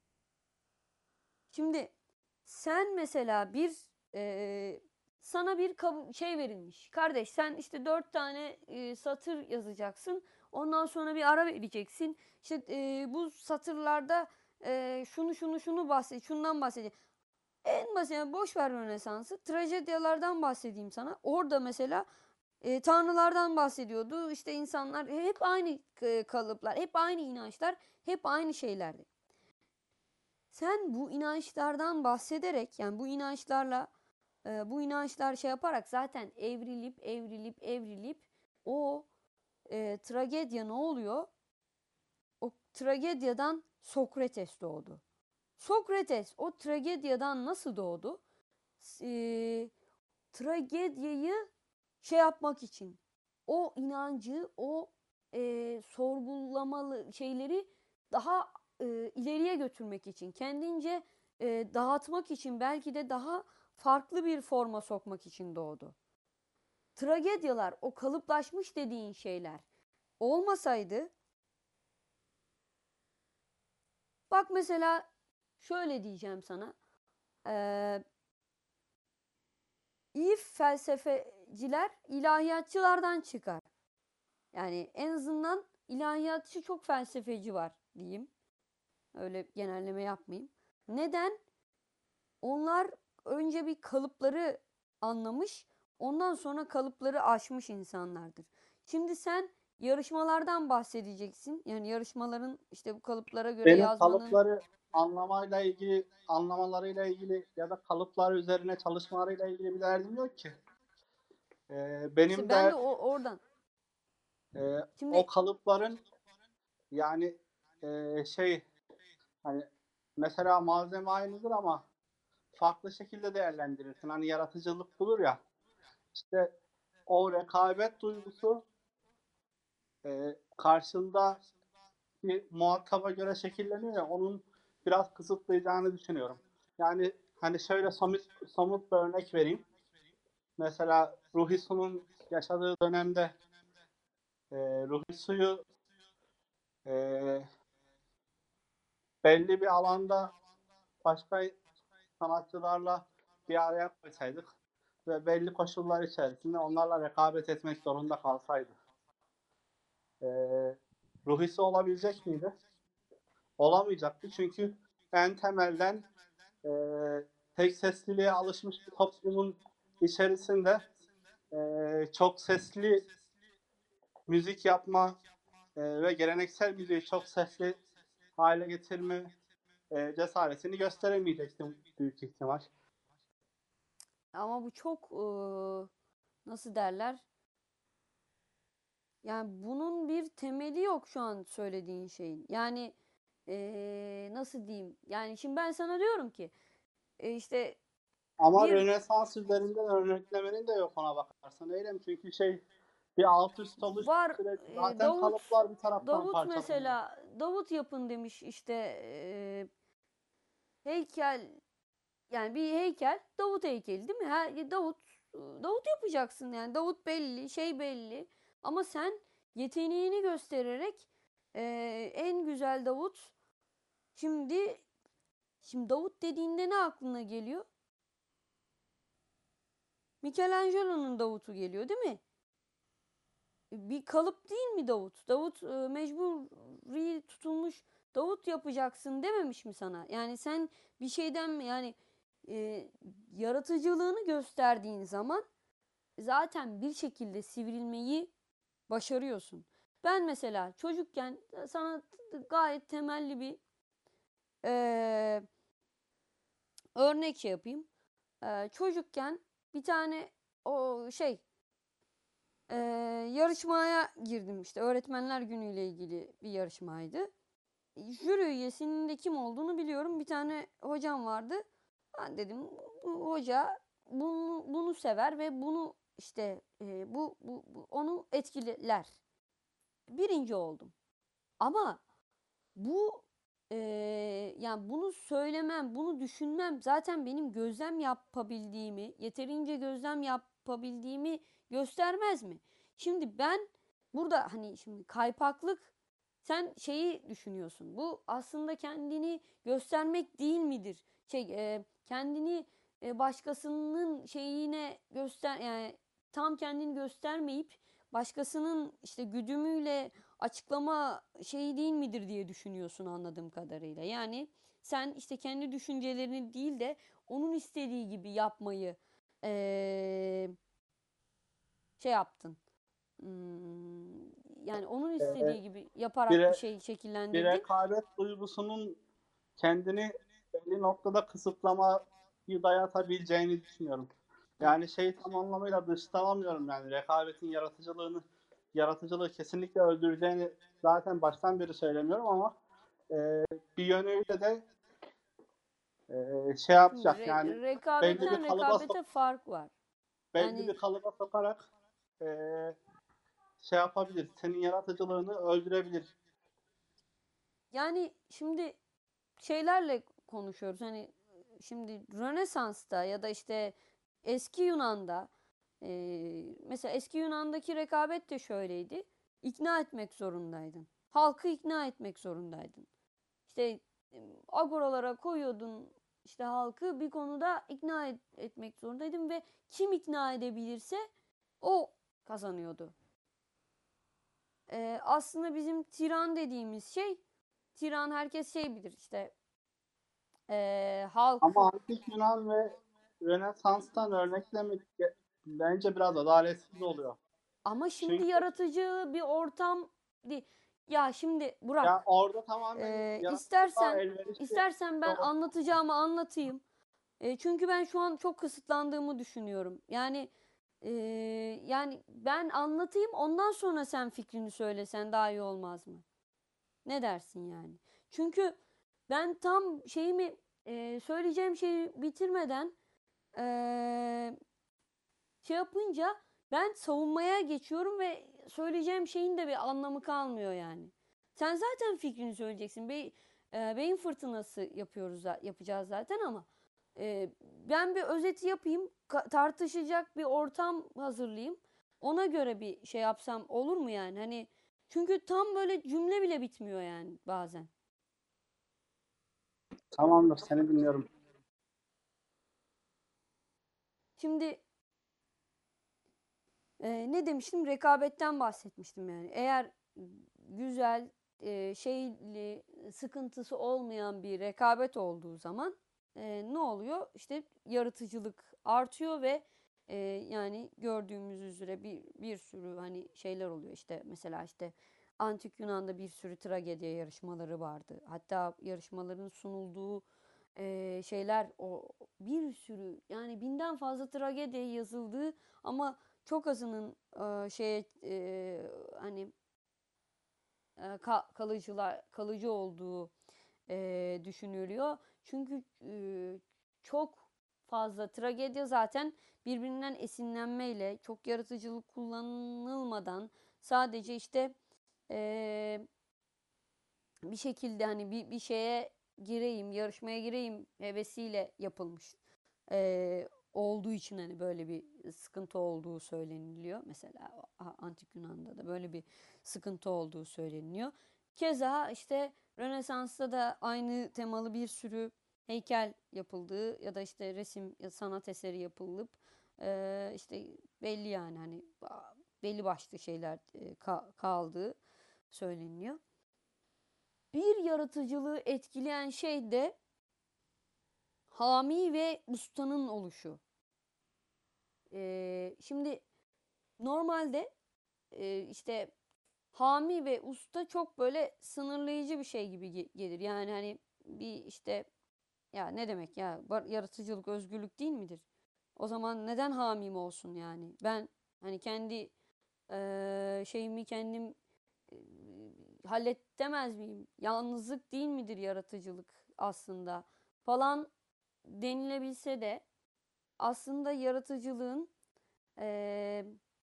Şimdi sen mesela bir e, sana bir kab- şey verilmiş. Kardeş sen işte dört tane e, satır yazacaksın. Ondan sonra bir ara vereceksin. İşte e, bu satırlarda e, şunu şunu şunu bahset, şundan bahsedeceğim. En basit yani boş ver Rönesans'ı. Trajedyalardan bahsedeyim sana. Orada mesela e, tanrılardan bahsediyordu. İşte insanlar hep aynı e, kalıplar, hep aynı inançlar, hep aynı şeylerdi. Sen bu inançlardan bahsederek yani bu inançlarla e, bu inançlar şey yaparak zaten evrilip evrilip evrilip o e, tragedya ne oluyor? O tragedyadan Sokrates doğdu. Sokrates o tragedyadan nasıl doğdu? E, Tragedyayı şey yapmak için o inancı o e, sorgulamalı şeyleri daha e, ileriye götürmek için kendince e, dağıtmak için belki de daha farklı bir forma sokmak için doğdu. Tragedyalar o kalıplaşmış dediğin şeyler olmasaydı bak mesela şöyle diyeceğim sana e, iyi felsefeciler ilahiyatçılardan çıkar. Yani en azından ilahiyatçı çok felsefeci var diyeyim. Öyle genelleme yapmayayım. Neden? Onlar önce bir kalıpları anlamış, ondan sonra kalıpları aşmış insanlardır. Şimdi sen yarışmalardan bahsedeceksin. Yani yarışmaların işte bu kalıplara göre Benim yazmanın kalıpları anlamayla ilgili, anlamalarıyla ilgili ya da kalıplar üzerine çalışmalarıyla ilgili bir derdim yok ki. Ee, benim işte ben de de o oradan. e, o Şimdi kalıpların yani e, şey hani mesela malzeme aynıdır ama farklı şekilde değerlendirirsin. Hani yaratıcılık bulur ya. İşte o rekabet duygusu e, karşında bir muhataba göre şekilleniyor ya onun biraz kısıtlayacağını düşünüyorum. Yani hani şöyle somut, somut bir örnek vereyim. Mesela Ruhi Su'nun yaşadığı dönemde e, Ruhi Su'yu e, belli bir alanda başka sanatçılarla bir araya koysaydık ve belli koşullar içerisinde onlarla rekabet etmek zorunda kalsaydı. E, Ruhi Su olabilecek miydi? Olamayacaktı çünkü en temelden e, tek sesliliğe alışmış bir toplumun içerisinde e, çok sesli müzik yapma e, ve geleneksel müziği çok sesli hale getirme e, cesaretini gösteremeyecektim büyük ihtimal. ama bu çok eee, nasıl derler? Yani bunun bir temeli yok şu an söylediğin şeyin. Yani eee, nasıl diyeyim? Yani şimdi ben sana diyorum ki e, işte Ama bir Rönesans üzerinden örneklemenin de yok ona bakarsan Eylem. Çünkü şey bir alt üst oluş var süreci e, zaten Davut kalıplar bir taraftan Davut parçalanıyor. mesela Davut yapın demiş işte e, heykel yani bir heykel Davut heykeli değil mi? Her, Davut Davut yapacaksın yani Davut belli şey belli ama sen yeteneğini göstererek e, en güzel Davut şimdi şimdi Davut dediğinde ne aklına geliyor? Michelangelo'nun Davut'u geliyor değil mi? Bir kalıp değil mi Davut? Davut e, mecburi tutulmuş Davut yapacaksın dememiş mi sana? Yani sen bir şeyden mi yani e, yaratıcılığını gösterdiğin zaman zaten bir şekilde sivrilmeyi başarıyorsun. Ben mesela çocukken sana gayet temelli bir eee, örnek şey yapayım. Eee, çocukken bir tane o şey eee, yarışmaya girdim, işte öğretmenler günüyle ilgili bir yarışmaydı. Jüri üyesinin de kim olduğunu biliyorum. Bir tane hocam vardı. Ben dedim bu hoca bunu, bunu sever ve bunu işte e, bu, bu, bu onu etkiler. Birinci oldum. Ama bu e, yani bunu söylemem, bunu düşünmem zaten benim gözlem yapabildiğimi, yeterince gözlem yapabildiğimi göstermez mi? Şimdi ben burada hani şimdi kaypaklık, sen şeyi düşünüyorsun. Bu aslında kendini göstermek değil midir? Şey e, kendini e, başkasının şeyine göster, yani tam kendini göstermeyip başkasının işte güdümüyle açıklama şeyi değil midir diye düşünüyorsun anladığım kadarıyla. Yani sen işte kendi düşüncelerini değil de onun istediği gibi yapmayı eee, şey yaptın. Hmm, yani onun Ee, istediği gibi bir, yaparak bir re- şey bir şekillendirdin. rekabet duygusunun kendini belli noktada kısıtlamayı dayatabileceğini düşünüyorum. Evet. Yani şey tam anlamıyla dışlamıyorum, yani rekabetin yaratıcılığını yaratıcılığı kesinlikle öldüreceğini zaten baştan beri söylemiyorum, ama e, bir yönüyle de e, şey Şimdi yapacak, yani re- belli bir rekabetten kalıba sok rekabete fark var. belli Yani bir kalıba sokarak e, şey yapabilir, senin yaratıcılığını öldürebilir. yani şimdi şeylerle konuşuyoruz. Hani şimdi Rönesans'ta ya da işte eski Yunan'da e, mesela eski Yunan'daki rekabet de şöyleydi. İkna etmek zorundaydın. Halkı ikna etmek zorundaydın. İşte e, agoralara koyuyordun işte halkı bir konuda ikna et- etmek zorundaydın ve kim ikna edebilirse o kazanıyordu. E, aslında bizim tiran dediğimiz şey, tiran herkes şey bilir işte e, halkı. Ama antik Yunan ve Rönesans'tan örneklemek ge- bence biraz adaletsiz oluyor. Ama şimdi Çünkü yaratıcı bir ortam değil. Ya şimdi ya Burak, orada tamamen e, yaratıcılığa istersen elverişli istersen bir ben ortam. anlatacağımı anlatayım. E, çünkü ben şu an çok kısıtlandığımı düşünüyorum. Yani e, yani ben anlatayım, ondan sonra sen fikrini söylesen daha iyi olmaz mı? Ne dersin yani? Çünkü ben tam şeyimi e, söyleyeceğim şeyi bitirmeden e, şey yapınca ben savunmaya geçiyorum ve söyleyeceğim şeyin de bir anlamı kalmıyor yani. Sen zaten fikrini söyleyeceksin. Be e, beyin fırtınası yapıyoruz yapacağız zaten ama e, ben bir özeti yapayım, tartışacak bir ortam hazırlayayım. Ona göre bir şey yapsam olur mu yani? Hani çünkü tam böyle cümle bile bitmiyor yani bazen. Tamamdır, seni dinliyorum. Şimdi e, ne demiştim? Rekabetten bahsetmiştim yani. Eğer güzel, e, şeyli, sıkıntısı olmayan bir rekabet olduğu zaman e, ne oluyor? İşte yaratıcılık artıyor ve e, yani gördüğümüz üzere bir bir sürü hani şeyler oluyor. İşte mesela işte Antik Yunan'da bir sürü tragedya yarışmaları vardı. Hatta yarışmaların sunulduğu e, şeyler o bir sürü, yani binden fazla tragedya yazıldığı ama çok azının e, şeye e, hani e, kalıcılar kalıcı olduğu e, düşünülüyor. Çünkü e, çok fazla tragedya zaten birbirinden esinlenmeyle, çok yaratıcılık kullanılmadan sadece işte e, bir şekilde hani bir, bir şeye gireyim, yarışmaya gireyim hevesiyle yapılmış e, olduğu için hani böyle bir sıkıntı olduğu söyleniliyor. Mesela Antik Yunan'da da böyle bir sıkıntı olduğu söyleniyor. Keza işte Rönesans'ta da aynı temalı bir sürü heykel yapıldığı ya da işte resim ya sanat eseri yapılıp e, işte belli yani hani belli başlı şeyler e, ka- kaldığı söyleniyor. Bir yaratıcılığı etkileyen şey de hami ve ustanın oluşu. Ee, şimdi normalde e, işte hami ve usta çok böyle sınırlayıcı bir şey gibi ge- gelir. Yani hani bir işte ya ne demek ya Bar- yaratıcılık özgürlük değil midir? O zaman neden hamim olsun yani? Ben hani kendi e, şeyimi kendim e, halledemez miyim? Yalnızlık değil midir yaratıcılık aslında falan denilebilse de aslında yaratıcılığın e,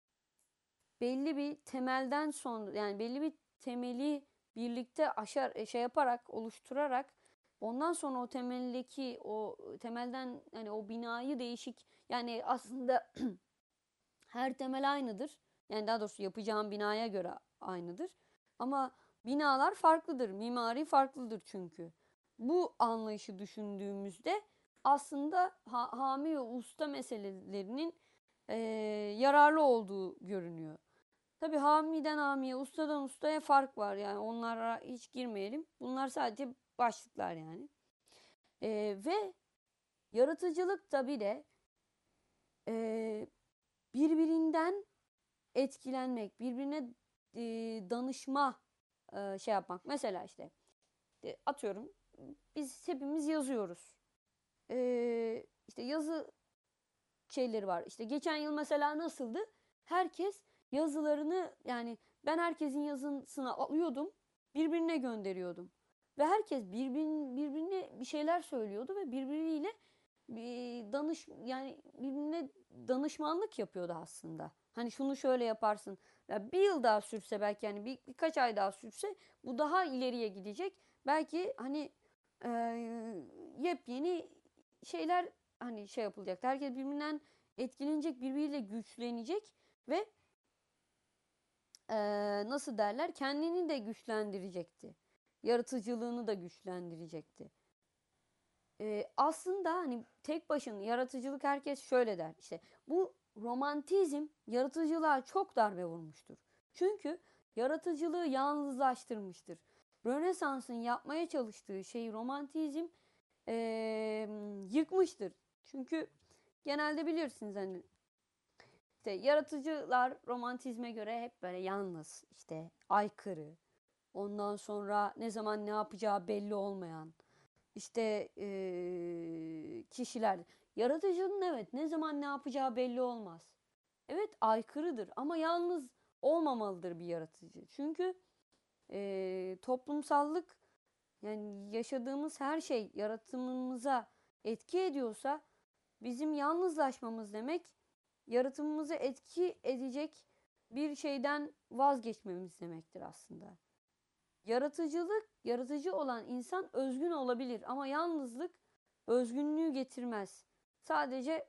belli bir temelden sonra yani belli bir temeli birlikte aşar e, şey yaparak oluşturarak ondan sonra o temeldeki o temelden hani o binayı değişik yani aslında her temel aynıdır. Yani daha doğrusu yapacağım binaya göre aynıdır. Ama binalar farklıdır. Mimari farklıdır çünkü. Bu anlayışı düşündüğümüzde aslında ha- hami ve usta meselelerinin eee, yararlı olduğu görünüyor. Tabii hamiden hamiye, ustadan ustaya fark var. Yani onlara hiç girmeyelim. Bunlar sadece başlıklar yani. Eee, ve yaratıcılık tabii de eee, birbirinden etkilenmek, birbirine e, danışma e, şey yapmak. Mesela işte e, atıyorum biz hepimiz yazıyoruz. E, işte yazı şeyleri var. İşte geçen yıl mesela nasıldı? Herkes yazılarını yani ben herkesin yazısını alıyordum, birbirine gönderiyordum. Ve herkes birbirin, birbirine bir şeyler söylüyordu ve birbiriyle bir danış yani birbirine danışmanlık yapıyordu aslında. Hani şunu şöyle yaparsın. Ya bir yıl daha sürse belki yani bir, birkaç ay daha sürse bu daha ileriye gidecek. Belki hani e, yepyeni şeyler hani şey yapılacak. Herkes birbirinden etkilenecek, birbiriyle güçlenecek ve e, nasıl derler kendini de güçlendirecekti. Yaratıcılığını da güçlendirecekti. E, aslında hani tek başına yaratıcılık herkes şöyle der. İşte bu romantizm yaratıcılığa çok darbe vurmuştur. Çünkü yaratıcılığı yalnızlaştırmıştır. Rönesans'ın yapmaya çalıştığı şeyi romantizm e, yıkmıştır. Çünkü genelde bilirsiniz hani işte yaratıcılar romantizme göre hep böyle yalnız, işte aykırı, ondan sonra ne zaman ne yapacağı belli olmayan, işte eee, kişiler. Yaratıcının evet ne zaman ne yapacağı belli olmaz. Evet aykırıdır ama yalnız olmamalıdır bir yaratıcı. Çünkü eee, toplumsallık yani yaşadığımız her şey yaratımımıza etki ediyorsa bizim yalnızlaşmamız demek yaratımımıza etki edecek bir şeyden vazgeçmemiz demektir aslında. Yaratıcılık, yaratıcı olan insan özgün olabilir ama yalnızlık özgünlüğü getirmez. Sadece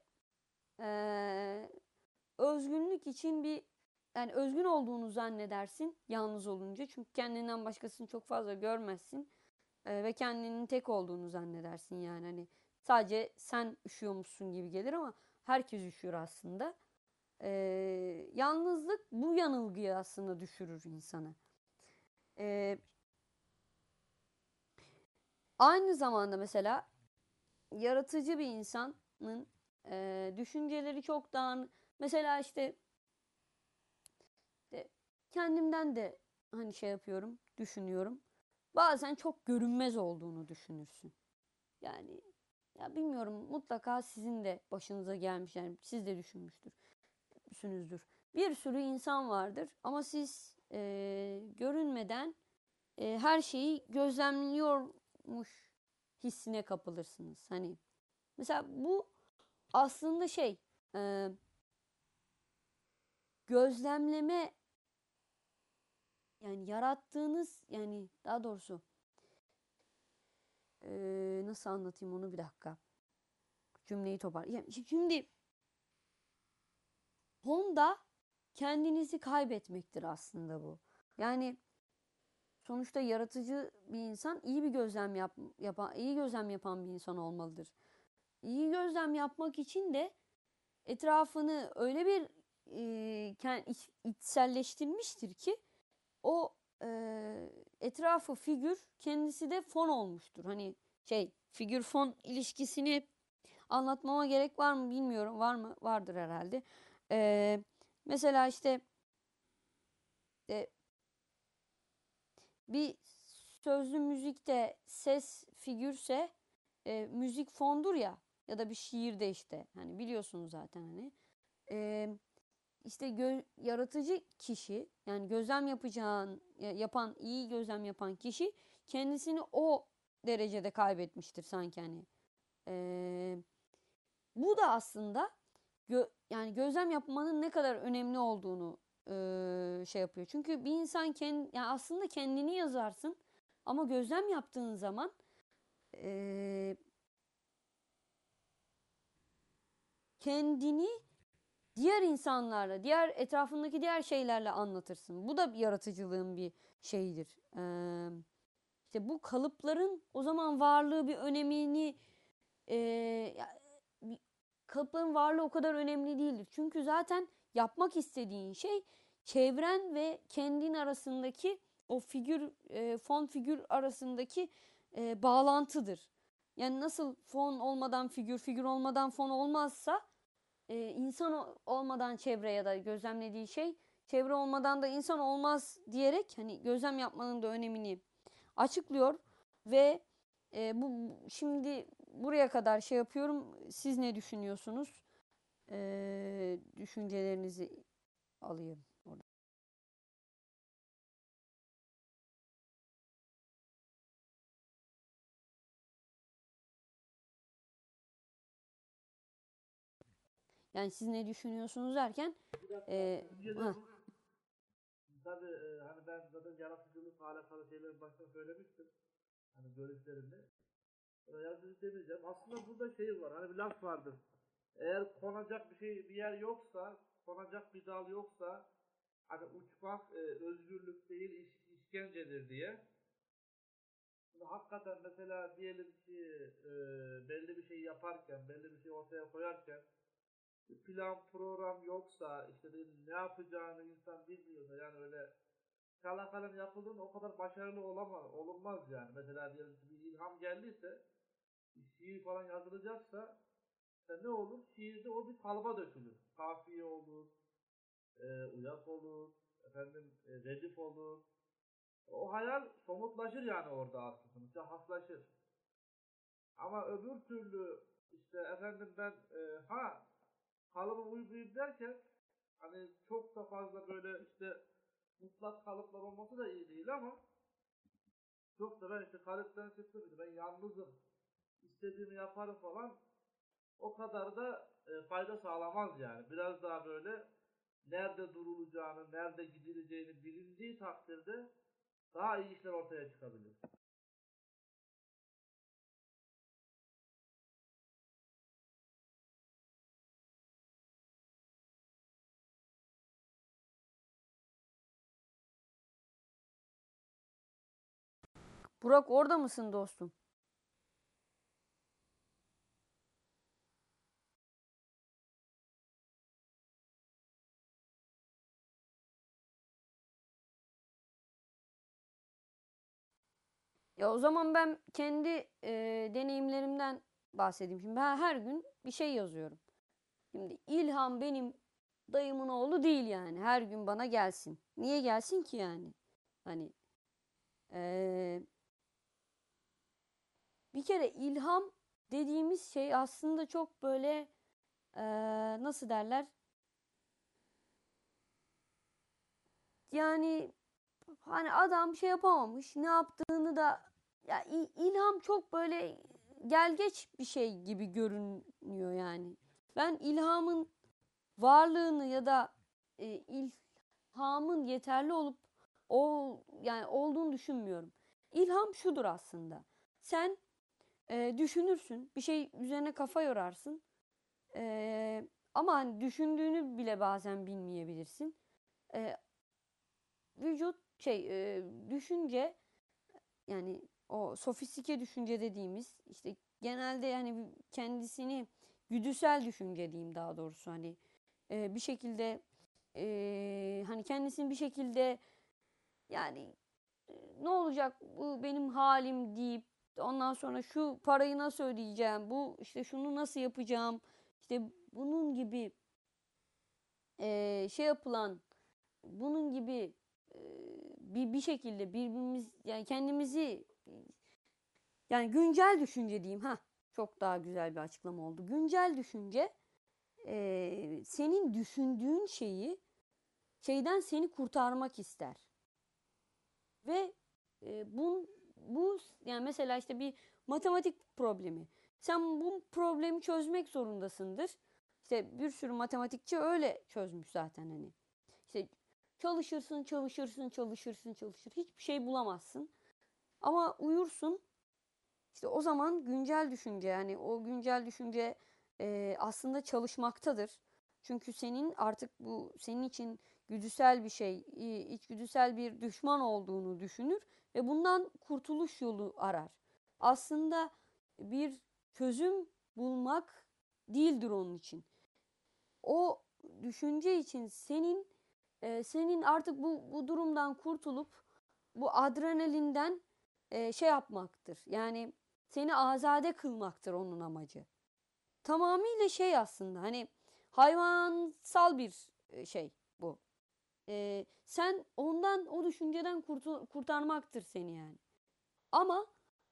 eee, özgünlük için bir yani özgün olduğunu zannedersin yalnız olunca. Çünkü kendinden başkasını çok fazla görmezsin. Eee, ve kendinin tek olduğunu zannedersin yani hani sadece sen üşüyormuşsun gibi gelir ama herkes üşüyor aslında. Eee, yalnızlık bu yanılgıyı aslında düşürür insanı. Eee, aynı zamanda mesela yaratıcı bir insanın eee, düşünceleri çok daha mesela işte, işte kendimden de hani şey yapıyorum, düşünüyorum. Bazen çok görünmez olduğunu düşünürsün. Yani ya bilmiyorum mutlaka sizin de başınıza gelmiş yani siz de düşünmüştür, düşünmüşsünüzdür. Bir sürü insan vardır ama siz eee, görünmeden eee, her şeyi gözlemliyormuş hissine kapılırsınız. Hani mesela bu aslında şey eee, gözlemleme yani yarattığınız yani daha doğrusu eee, nasıl anlatayım onu bir dakika. Cümleyi topar. Yani şimdi Honda kendinizi kaybetmektir aslında bu. Yani sonuçta yaratıcı bir insan iyi bir gözlem yap, yapan, iyi gözlem yapan bir insan olmalıdır. İyi gözlem yapmak için de etrafını öyle bir e, iç, içselleştirmiştir ki o e, etrafı figür kendisi de fon olmuştur. Hani şey figür fon ilişkisini anlatmama gerek var mı bilmiyorum. Var mı? Vardır herhalde. E, mesela işte e, bir sözlü müzikte ses figürse e, müzik fondur ya, ya da bir şiirde işte hani biliyorsunuz zaten hani e, işte gö- yaratıcı kişi, yani gözlem yapacağın yapan iyi gözlem yapan kişi kendisini o derecede kaybetmiştir sanki hani. E, Bu da aslında gö- yani gözlem yapmanın ne kadar önemli olduğunu e, şey yapıyor. Çünkü bir insan kendi, yani aslında kendini yazarsın ama gözlem yaptığın zaman e, kendini diğer insanlarla, diğer etrafındaki diğer şeylerle anlatırsın. Bu da bir yaratıcılığın bir şeyidir. Ee, işte bu kalıpların o zaman varlığı bir önemini e, ya, bir- kalıpların varlığı o kadar önemli değildir. Çünkü zaten yapmak istediğin şey çevren ve kendin arasındaki o figür, e, fon figür arasındaki e, bağlantıdır. Yani nasıl fon olmadan figür, figür olmadan fon olmazsa e, insan olmadan çevre ya da gözlemlediği şey, çevre olmadan da insan olmaz diyerek hani gözlem yapmanın da önemini açıklıyor ve e, bu şimdi buraya kadar şey yapıyorum. Siz ne düşünüyorsunuz? E, düşüncelerinizi alayım orada. Yani siz ne düşünüyorsunuz derken Bir dakika. e, Bir de heh, bu tabii e, hani ben zaten yaratıcılıkla alakalı şeyleri başta söylemiştim. Hani görüşlerimi. E, yaratıcılık demeyeceğim. Aslında burada şey var. Hani bir laf vardır. Eğer konacak bir şey bir yer yoksa, konacak bir dal yoksa hani uçmak e, özgürlük değil iş, işkencedir diye. Şimdi hakikaten mesela diyelim ki e, belli bir şey yaparken, belli bir şey ortaya koyarken bir plan program yoksa işte ne yapacağını insan bilmiyorsa yani öyle kala kalem yapıldığında o kadar başarılı olamaz, olunmaz yani. Mesela diyelim ki bir ilham geldiyse bir şiir falan yazılacaksa işte ne olur? Şiirde o bir kalıba dökülür. Kafiye olur, e, uyak olur, efendim e, redif olur. O hayal somutlaşır yani orada aslında, mütehaslaşır. Ama öbür türlü işte efendim ben e, ha kalıba uygulayayım derken hani çok da fazla böyle işte mutlak kalıplar olması da iyi değil ama çok da ben işte kalıptan çıktım işte ben yalnızım istediğimi yaparım falan o kadar da e, fayda sağlamaz yani. Biraz daha böyle nerede durulacağını, nerede gidileceğini bilindiği takdirde daha iyi işler ortaya çıkabilir. Burak orada mısın dostum? Ya o zaman ben kendi e, deneyimlerimden bahsedeyim. Şimdi ben her gün bir şey yazıyorum. Şimdi İlham benim dayımın oğlu değil yani. Her gün bana gelsin. Niye gelsin ki yani? Hani e, bir kere ilham dediğimiz şey aslında çok böyle e, nasıl derler? Yani hani adam şey yapamamış, ne yaptığını da ya il- ilham çok böyle gelgeç bir şey gibi görünüyor yani. Ben ilhamın varlığını ya da e, ilhamın yeterli olup o yani olduğunu düşünmüyorum. İlham şudur aslında. Sen e, düşünürsün, bir şey üzerine kafa yorarsın. E, Ama hani düşündüğünü bile bazen bilmeyebilirsin. E, Vücut şey e, düşünce, yani o sofistike düşünce dediğimiz işte genelde yani kendisini güdüsel düşünce diyeyim daha doğrusu hani e, bir şekilde e, hani kendisini bir şekilde yani e, ne olacak bu benim halim deyip ondan sonra şu parayı nasıl ödeyeceğim, bu işte şunu nasıl yapacağım, işte bunun gibi e, şey yapılan bunun gibi e, bir bir şekilde birbirimiz yani kendimizi yani güncel düşünce diyeyim ha çok daha güzel bir açıklama oldu. Güncel düşünce e, senin düşündüğün şeyi şeyden seni kurtarmak ister ve e, bu bu yani mesela işte bir matematik problemi. Sen bu problemi çözmek zorundasındır. İşte bir sürü matematikçi öyle çözmüş zaten hani. İşte çalışırsın, çalışırsın, çalışırsın, çalışır. Hiçbir şey bulamazsın. Ama uyursun. İşte o zaman güncel düşünce yani o güncel düşünce e, aslında çalışmaktadır. Çünkü senin artık bu senin için güdüsel bir şey, e, içgüdüsel bir düşman olduğunu düşünür ve bundan kurtuluş yolu arar. Aslında bir çözüm bulmak değildir onun için. O düşünce için senin e, senin artık bu bu durumdan kurtulup bu adrenalinden e, şey yapmaktır. Yani seni azade kılmaktır onun amacı. Tamamıyla şey aslında hani hayvansal bir e, şey bu. E, sen ondan o düşünceden kurtu- kurtarmaktır seni yani. Ama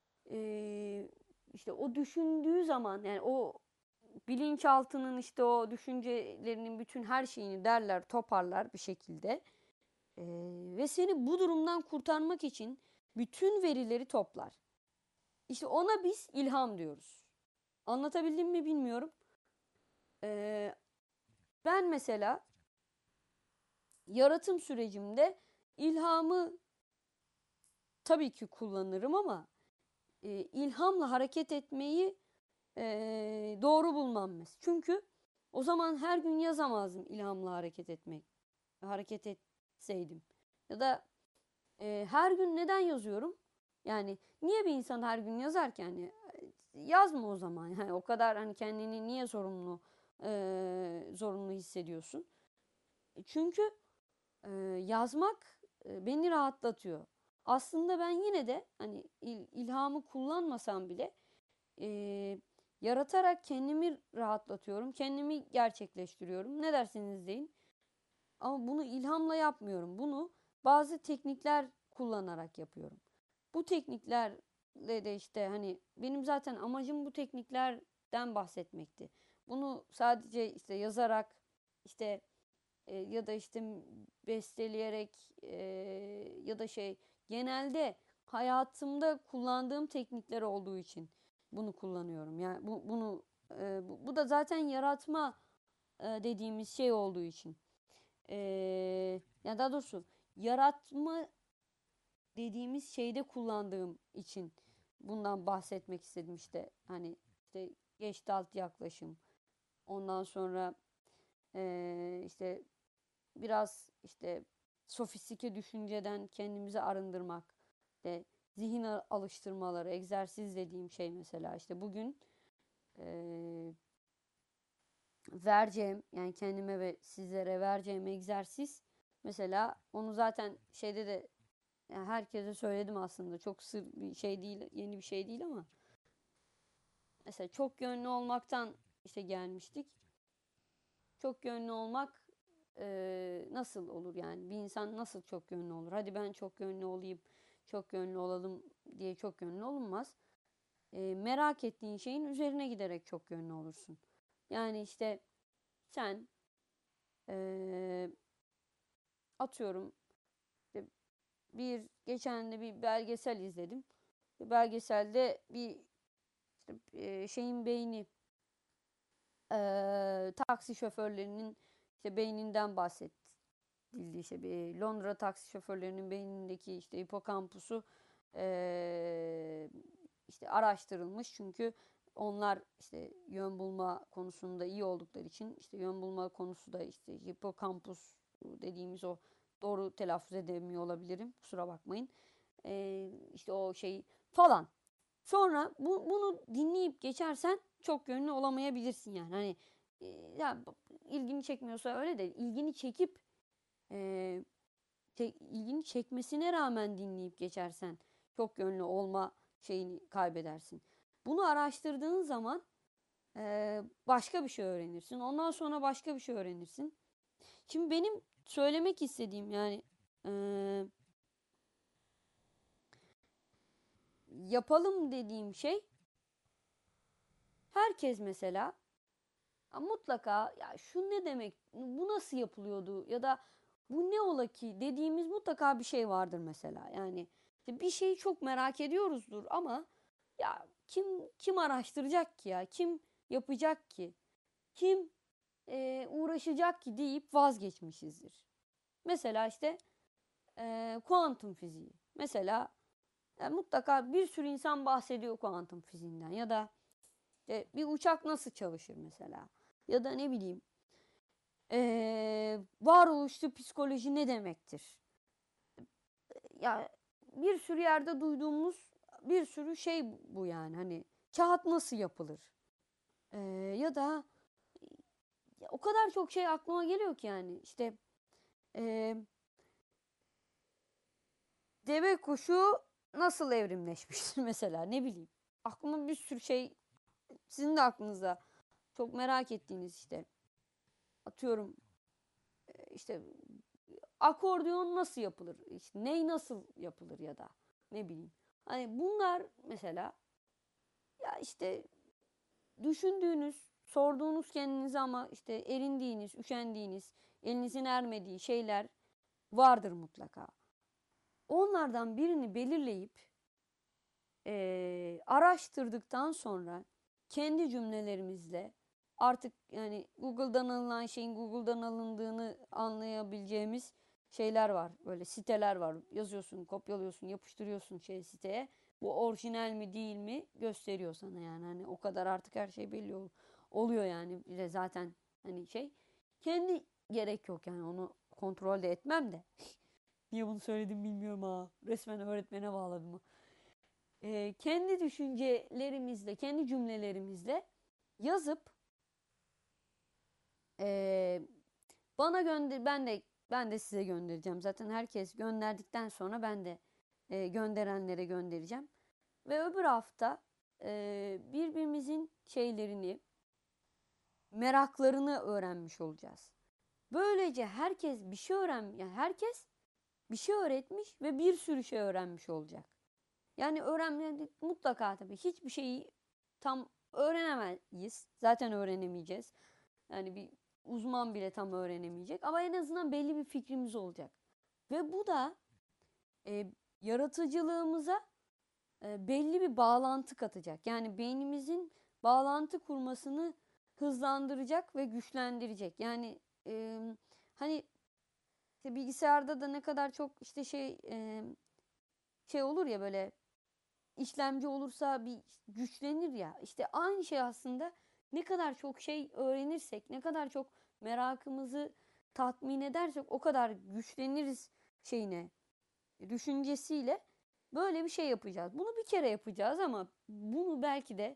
e, işte o düşündüğü zaman yani o bilinçaltının işte o düşüncelerinin bütün her şeyini derler, toparlar bir şekilde. Ee, ve seni bu durumdan kurtarmak için bütün verileri toplar. İşte ona biz ilham diyoruz. Anlatabildim mi bilmiyorum. Ee, ben mesela yaratım sürecimde ilhamı tabii ki kullanırım ama e, ilhamla hareket etmeyi e, doğru bulmam mesela. Çünkü o zaman her gün yazamazdım ilhamla hareket etmek. Hareket etseydim. Ya da e, her gün neden yazıyorum? Yani niye bir insan her gün yazar ki hani yazma o zaman. Yani o kadar hani kendini niye sorumlu e, zorunlu hissediyorsun? Çünkü e, yazmak e, beni rahatlatıyor. Aslında ben yine de hani il, ilhamı kullanmasam bile e, yaratarak kendimi rahatlatıyorum. Kendimi gerçekleştiriyorum. Ne dersiniz deyin. Ama bunu ilhamla yapmıyorum. Bunu bazı teknikler kullanarak yapıyorum. Bu tekniklerle de işte hani benim zaten amacım bu tekniklerden bahsetmekti. Bunu sadece işte yazarak işte e, ya da işte besteleyerek e, ya da şey genelde hayatımda kullandığım teknikler olduğu için bunu kullanıyorum. Yani bu bunu e, bu, bu da zaten yaratma e, dediğimiz şey olduğu için. E, ya daha doğrusu yaratma dediğimiz şeyde kullandığım için bundan bahsetmek istedim işte. Hani işte Gestalt yaklaşım. Ondan sonra eee, işte biraz işte sofistike düşünceden kendimizi arındırmak. İşte zihin alıştırmaları, egzersiz dediğim şey mesela. İşte bugün eee, vereceğim yani kendime ve sizlere vereceğim egzersiz mesela onu zaten şeyde de yani herkese söyledim aslında. Çok sır bir şey değil, yeni bir şey değil ama mesela çok yönlü olmaktan işte gelmiştik. Çok yönlü olmak e, nasıl olur yani? Bir insan nasıl çok yönlü olur? Hadi ben çok yönlü olayım, çok yönlü olalım diye çok yönlü olunmaz. E, merak ettiğin şeyin üzerine giderek çok yönlü olursun. Yani işte sen e, atıyorum işte bir geçen de bir belgesel izledim. Belgeselde bir işte, e, şeyin beyni e, taksi şoförlerinin işte beyninden bahsedildi. İşte bir Londra taksi şoförlerinin beynindeki işte hipokampusu e, işte araştırılmış çünkü onlar işte yön bulma konusunda iyi oldukları için işte yön bulma konusu da işte hipokampus dediğimiz o doğru telaffuz edemiyor olabilirim. Kusura bakmayın. E, işte o şey falan. Sonra bu, bunu dinleyip geçersen çok yönlü olamayabilirsin yani. Hani e, ya ilgini çekmiyorsa öyle de ilgini çekip e, çek- ilgini çekmesine rağmen dinleyip geçersen çok yönlü olma şeyini kaybedersin. Bunu araştırdığın zaman e, başka bir şey öğrenirsin. Ondan sonra başka bir şey öğrenirsin. Şimdi benim söylemek istediğim yani e, yapalım dediğim şey herkes mesela ya mutlaka ya şu ne demek, bu nasıl yapılıyordu ya da bu ne ola ki dediğimiz mutlaka bir şey vardır mesela. Yani işte bir şeyi çok merak ediyoruzdur ama ya kim kim araştıracak ki ya, kim yapacak ki, kim e, uğraşacak ki deyip vazgeçmişizdir. Mesela işte e, kuantum fiziği. Mesela e, mutlaka bir sürü insan bahsediyor kuantum fiziğinden ya da işte bir uçak nasıl çalışır mesela ya da ne bileyim e, varoluşçu psikoloji ne demektir? Ya bir sürü yerde duyduğumuz bir sürü şey bu yani hani kağıt nasıl yapılır? E, ya da ya o kadar çok şey aklıma geliyor ki yani işte e, deve kuşu nasıl evrimleşmiştir mesela ne bileyim. Aklıma bir sürü şey sizin de aklınızda çok merak ettiğiniz işte atıyorum e, işte akordeon nasıl yapılır? İşte ney nasıl yapılır ya da ne bileyim. Hani bunlar mesela ya işte düşündüğünüz, sorduğunuz kendinize ama işte erindiğiniz, üşendiğiniz, elinizin ermediği şeyler vardır mutlaka. Onlardan birini belirleyip eee, araştırdıktan sonra kendi cümlelerimizle artık yani Google'dan alınan şeyin Google'dan alındığını anlayabileceğimiz şeyler var. Böyle siteler var. Yazıyorsun, kopyalıyorsun, yapıştırıyorsun şey siteye. Bu orijinal mi değil mi gösteriyor sana yani. Hani o kadar artık her şey belli ol- oluyor yani. Bir de zaten hani şey kendi gerek yok yani onu kontrol de etmem de. Niye bunu söyledim bilmiyorum ha. Resmen öğretmene bağladım. Ee, kendi düşüncelerimizle, kendi cümlelerimizle yazıp ee, bana gönder, ben de ben de size göndereceğim. Zaten herkes gönderdikten sonra ben de ee, gönderenlere göndereceğim. Ve öbür hafta ee, birbirimizin şeylerini, meraklarını öğrenmiş olacağız. Böylece herkes bir şey öğren, yani herkes bir şey öğretmiş ve bir sürü şey öğrenmiş olacak. Yani öğrenmedik mutlaka tabii hiçbir şeyi tam öğrenemeyiz. Zaten öğrenemeyeceğiz. Yani bir uzman bile tam öğrenemeyecek ama en azından belli bir fikrimiz olacak. Ve bu da e, yaratıcılığımıza e, belli bir bağlantı katacak. Yani beynimizin bağlantı kurmasını hızlandıracak ve güçlendirecek. Yani e, hani işte bilgisayarda da ne kadar çok işte şey e, şey olur ya böyle işlemci olursa bir güçlenir ya. İşte aynı şey aslında ne kadar çok şey öğrenirsek, ne kadar çok merakımızı tatmin edersek o kadar güçleniriz şeyine, düşüncesiyle böyle bir şey yapacağız. Bunu bir kere yapacağız ama bunu belki de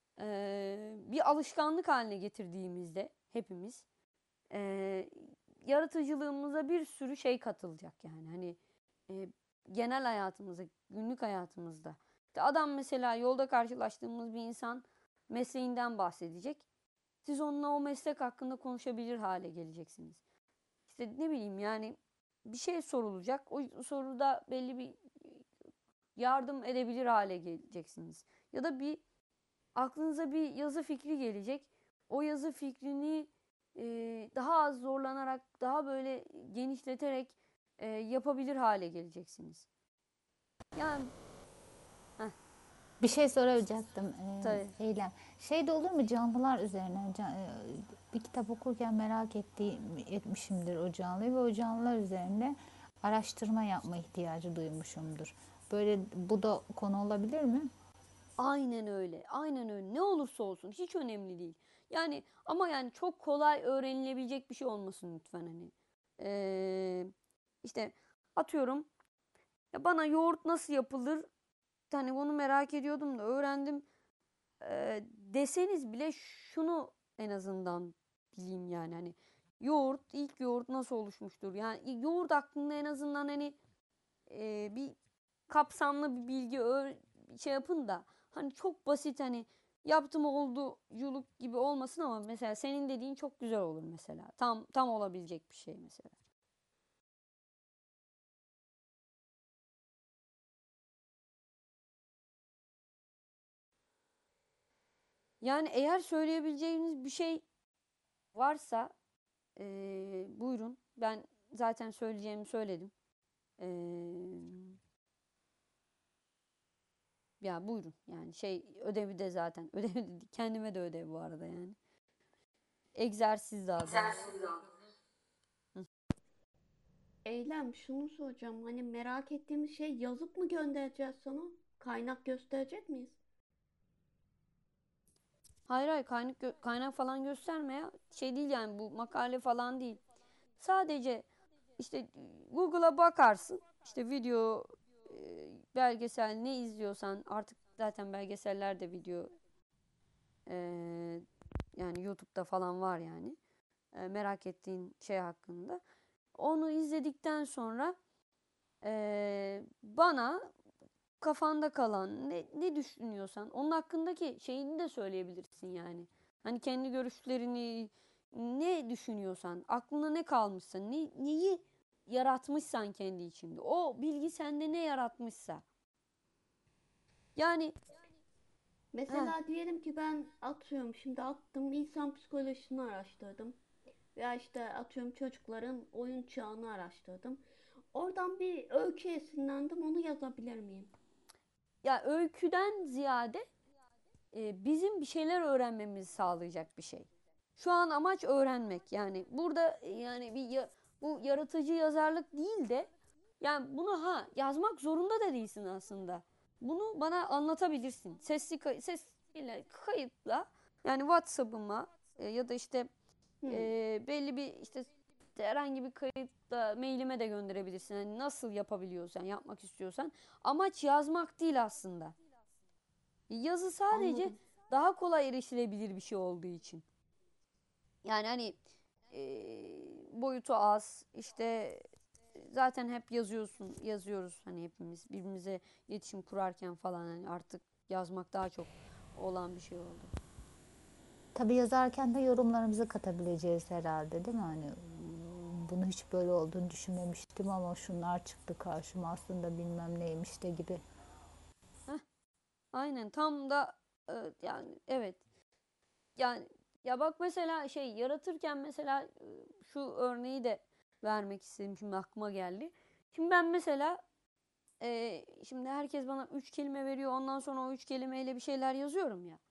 eee, bir alışkanlık haline getirdiğimizde hepimiz eee, yaratıcılığımıza bir sürü şey katılacak yani. Hani e, genel hayatımızda, günlük hayatımızda. İşte adam mesela yolda karşılaştığımız bir insan mesleğinden bahsedecek. Siz onunla o meslek hakkında konuşabilir hale geleceksiniz. İşte ne bileyim yani bir şey sorulacak. O soruda belli bir yardım edebilir hale geleceksiniz. Ya da bir aklınıza bir yazı fikri gelecek. O yazı fikrini e, daha az zorlanarak, daha böyle genişleterek e, yapabilir hale geleceksiniz. Yani heh, Bir şey soracaktım tabii. e, Eylem. Şey de olur mu canlılar üzerine? Can- e, bir kitap okurken merak ettiğim, etmişimdir o canlıyı ve o canlılar üzerinde araştırma yapma ihtiyacı duymuşumdur. Böyle bu da konu olabilir mi? Aynen öyle. Aynen öyle. Ne olursa olsun hiç önemli değil. Yani ama yani çok kolay öğrenilebilecek bir şey olmasın lütfen hani. Ee, işte atıyorum ya bana yoğurt nasıl yapılır? Hani bunu merak ediyordum da öğrendim. Ee, deseniz bile şunu en azından bileyim yani hani yoğurt ilk yoğurt nasıl oluşmuştur? Yani yoğurt hakkında en azından hani e, bir kapsamlı bir bilgi öğ- şey yapın da hani çok basit hani yaptım olduculuk gibi olmasın ama mesela senin dediğin çok güzel olur mesela. Tam tam olabilecek bir şey mesela. Yani eğer söyleyebileceğiniz bir şey varsa eee, buyurun. Ben zaten söyleyeceğimi söyledim. Eee, ya buyurun. Yani şey ödevi de zaten. Ödevi de kendime de ödev bu arada yani. Egzersiz daha doğrusu. Hı. Eylem, şunu soracağım. Hani merak ettiğimiz şey yazıp mı göndereceğiz sana? Kaynak gösterecek miyiz? Hayır hayır kaynak, gö- kaynak falan gösterme ya. Şey değil yani bu makale falan değil. Sadece işte Google'a bakarsın. İşte video, e, belgesel ne izliyorsan artık zaten belgeseller de video, e, yani YouTube'da falan var yani. E, merak ettiğin şey hakkında. Onu izledikten sonra e, bana kafanda kalan ne, ne düşünüyorsan onun hakkındaki şeyini de söyleyebilirsin yani. Hani kendi görüşlerini ne düşünüyorsan, aklına ne kalmışsa, ne, neyi yaratmışsan kendi içinde. O bilgi sende ne yaratmışsa. Yani heh, Mesela diyelim ki ben atıyorum, şimdi attım, insan psikolojisini araştırdım. Veya işte atıyorum çocukların oyun çağını araştırdım. Oradan bir öykü esinlendim, onu yazabilir miyim? ya öyküden ziyade e, bizim bir şeyler öğrenmemizi sağlayacak bir şey. Şu an amaç öğrenmek. Yani burada e, yani bir ya- bu yaratıcı yazarlık değil de yani bunu ha yazmak zorunda da değilsin aslında. Bunu bana anlatabilirsin. Sesli kay- ses ile kayıtla yani WhatsApp'ıma e, ya da işte Hmm, e, belli bir işte herhangi bir kayıtla mailime de gönderebilirsin. Yani nasıl yapabiliyorsan, yapmak istiyorsan. Amaç yazmak değil aslında. Yazı sadece anladım. daha kolay erişilebilir bir şey olduğu için. Yani hani e, boyutu az işte zaten hep yazıyorsun yazıyoruz hani hepimiz birbirimize iletişim kurarken falan hani artık yazmak daha çok olan bir şey oldu. Tabii yazarken de yorumlarımızı katabileceğiz herhalde, değil mi? Hani bunu hiç böyle olduğunu düşünmemiştim ama şunlar çıktı karşıma, aslında bilmem neymiş de gibi. Heh, aynen tam da e, yani evet yani ya bak mesela şey yaratırken mesela e, şu örneği de vermek istedim şimdi aklıma geldi. Şimdi ben mesela e, şimdi herkes bana üç kelime veriyor ondan sonra o üç kelimeyle bir şeyler yazıyorum ya.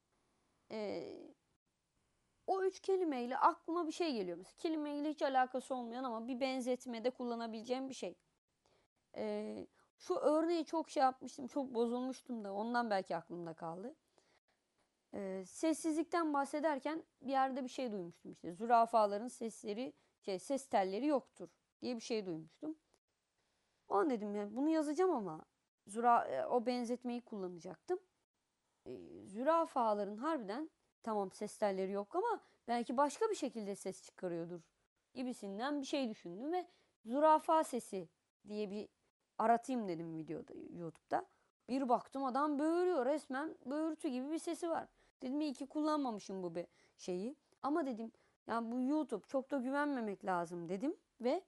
E, o üç kelimeyle aklıma bir şey geliyor. Mesela kelimeyle hiç alakası olmayan ama bir benzetmede kullanabileceğim bir şey. E, şu örneği çok şey yapmıştım, çok bozulmuştum da ondan belki aklımda kaldı. E, sessizlikten bahsederken bir yerde bir şey duymuştum işte. Zürafaların sesleri, şey, ses telleri yoktur diye bir şey duymuştum. O an dedim yani bunu yazacağım ama züra, e, o benzetmeyi kullanacaktım. E, zürafaların harbiden tamam ses telleri yok ama belki başka bir şekilde ses çıkarıyordur gibisinden bir şey düşündüm ve zürafa sesi diye bir aratayım dedim videoda YouTube'da. Bir baktım adam böğürüyor resmen böğürtü gibi bir sesi var. Dedim iyi ki kullanmamışım bu bir şeyi. Ama dedim yani bu YouTube çok da güvenmemek lazım dedim ve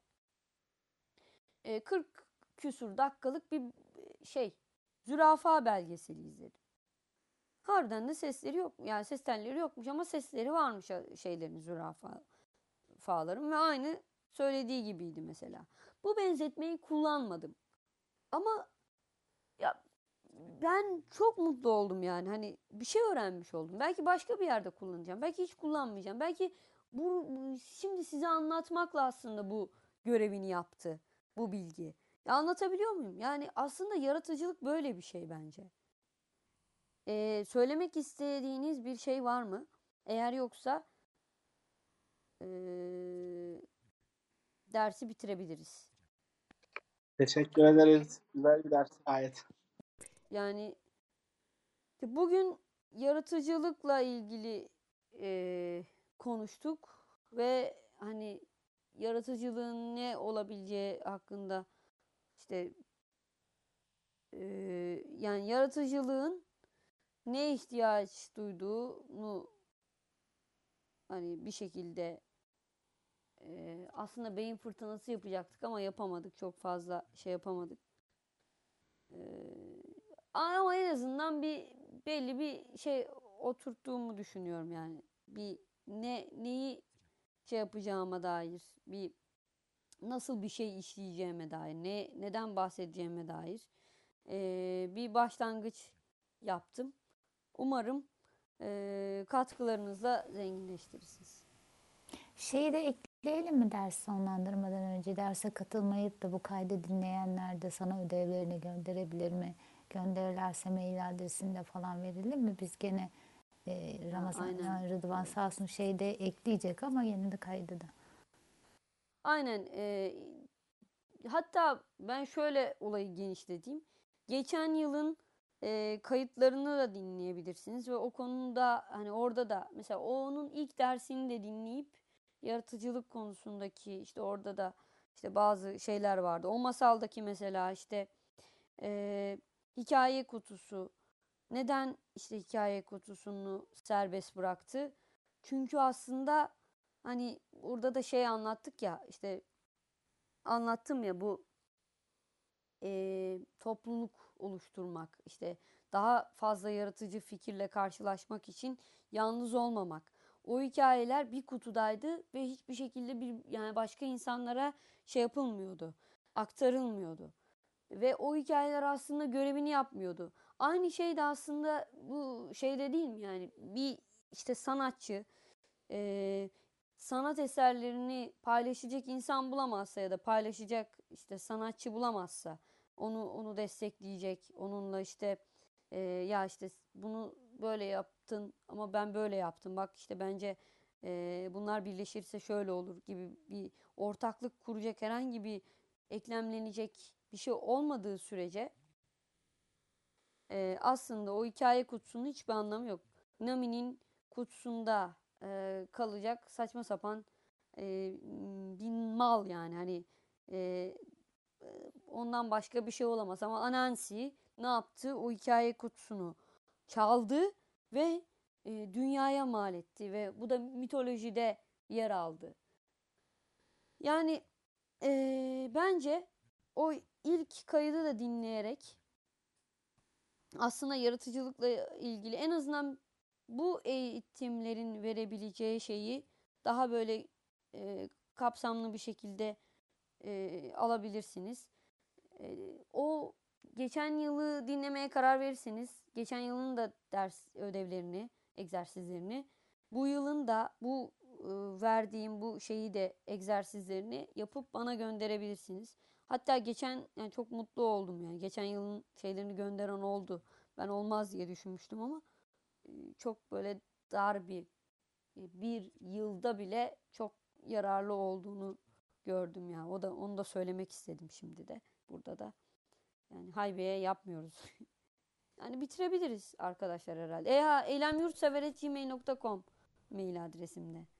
e, kırk küsur dakikalık bir e, şey zürafa belgeseli izledim. Harbiden de sesleri yok. Yani ses telleri yokmuş ama sesleri varmış şeylerin zürafaların ve aynı söylediği gibiydi mesela. Bu benzetmeyi kullanmadım. Ama ya ben çok mutlu oldum yani. Hani bir şey öğrenmiş oldum. Belki başka bir yerde kullanacağım. Belki hiç kullanmayacağım. Belki bu şimdi size anlatmakla aslında bu görevini yaptı bu bilgi. Ya anlatabiliyor muyum? Yani aslında yaratıcılık böyle bir şey bence. Ee, söylemek istediğiniz bir şey var mı? Eğer yoksa ee, dersi bitirebiliriz. Teşekkür ederiz. Güzel bir ders gayet. Yani bugün yaratıcılıkla ilgili ee, konuştuk ve hani yaratıcılığın ne olabileceği hakkında işte ee, yani yaratıcılığın ne ihtiyaç duyduğunu hani bir şekilde Ee, aslında beyin fırtınası yapacaktık ama yapamadık. Çok fazla şey yapamadık. Ee, ama en azından bir belli bir şey oturttuğumu düşünüyorum yani. Bir ne neyi şey yapacağıma dair, bir nasıl bir şey işleyeceğime dair, ne neden bahsedeceğime dair eee, bir başlangıç yaptım. Umarım eee, katkılarınızla zenginleştirirsiniz. Şeyi de ekleyelim mi ders sonlandırmadan önce? Derse katılmayıp da bu kaydı dinleyenler de sana ödevlerini gönderebilir mi? Gönderirlerse mail adresinde falan verelim mi? Biz gene e, Ya, Ramazan, aynen. yani Rıdvan Evet. sağ olsun şeyde ekleyecek ama yeni de kaydı da. Aynen. eee, hatta ben şöyle olayı genişleteyim. Geçen yılın eee, kayıtlarını da dinleyebilirsiniz ve o konuda hani orada da mesela onun ilk dersini de dinleyip yaratıcılık konusundaki işte orada da işte bazı şeyler vardı. O masaldaki mesela işte eee, hikaye kutusu. Neden işte hikaye kutusunu serbest bıraktı? Çünkü aslında hani burada da şey anlattık ya işte anlattım ya bu eee, topluluk oluşturmak, işte daha fazla yaratıcı fikirle karşılaşmak için yalnız olmamak. O hikayeler bir kutudaydı ve hiçbir şekilde bir yani başka insanlara şey yapılmıyordu, aktarılmıyordu. Ve o hikayeler aslında görevini yapmıyordu. Aynı şey de aslında bu şeyde değil mi? Yani bir işte sanatçı eee, sanat eserlerini paylaşacak insan bulamazsa ya da paylaşacak işte sanatçı bulamazsa onu onu destekleyecek, onunla işte eee, ya işte bunu böyle yaptın ama ben böyle yaptım. Bak işte bence eee, bunlar birleşirse şöyle olur gibi bir ortaklık kuracak herhangi bir eklemlenecek bir şey olmadığı sürece eee, aslında o hikaye kutusunun hiçbir anlamı yok. Nami'nin kutusunda eee, kalacak saçma sapan eee, bir mal yani hani eee, ondan başka bir şey olamaz. Ama Anansi ne yaptı? O hikaye kutusunu çaldı ve eee, dünyaya mal etti ve bu da mitolojide yer aldı. Yani eee, bence o ilk kaydı da dinleyerek aslında yaratıcılıkla ilgili en azından bu eğitimlerin verebileceği şeyi daha böyle e, kapsamlı bir şekilde e, alabilirsiniz. E, o geçen yılı dinlemeye karar verirseniz, geçen yılın da ders ödevlerini, egzersizlerini, bu yılın da bu e, verdiğim bu şeyi de egzersizlerini yapıp bana gönderebilirsiniz. Hatta geçen yani çok mutlu oldum yani. Geçen yılın şeylerini gönderen oldu. Ben olmaz diye düşünmüştüm ama e, çok böyle dar bir e, bir yılda bile çok yararlı olduğunu gördüm ya. O da onu da söylemek istedim şimdi de burada da. Yani haybeye yapmıyoruz. Yani bitirebiliriz arkadaşlar herhalde. E ha eylemyurtsever at gmail nokta com mail adresimde.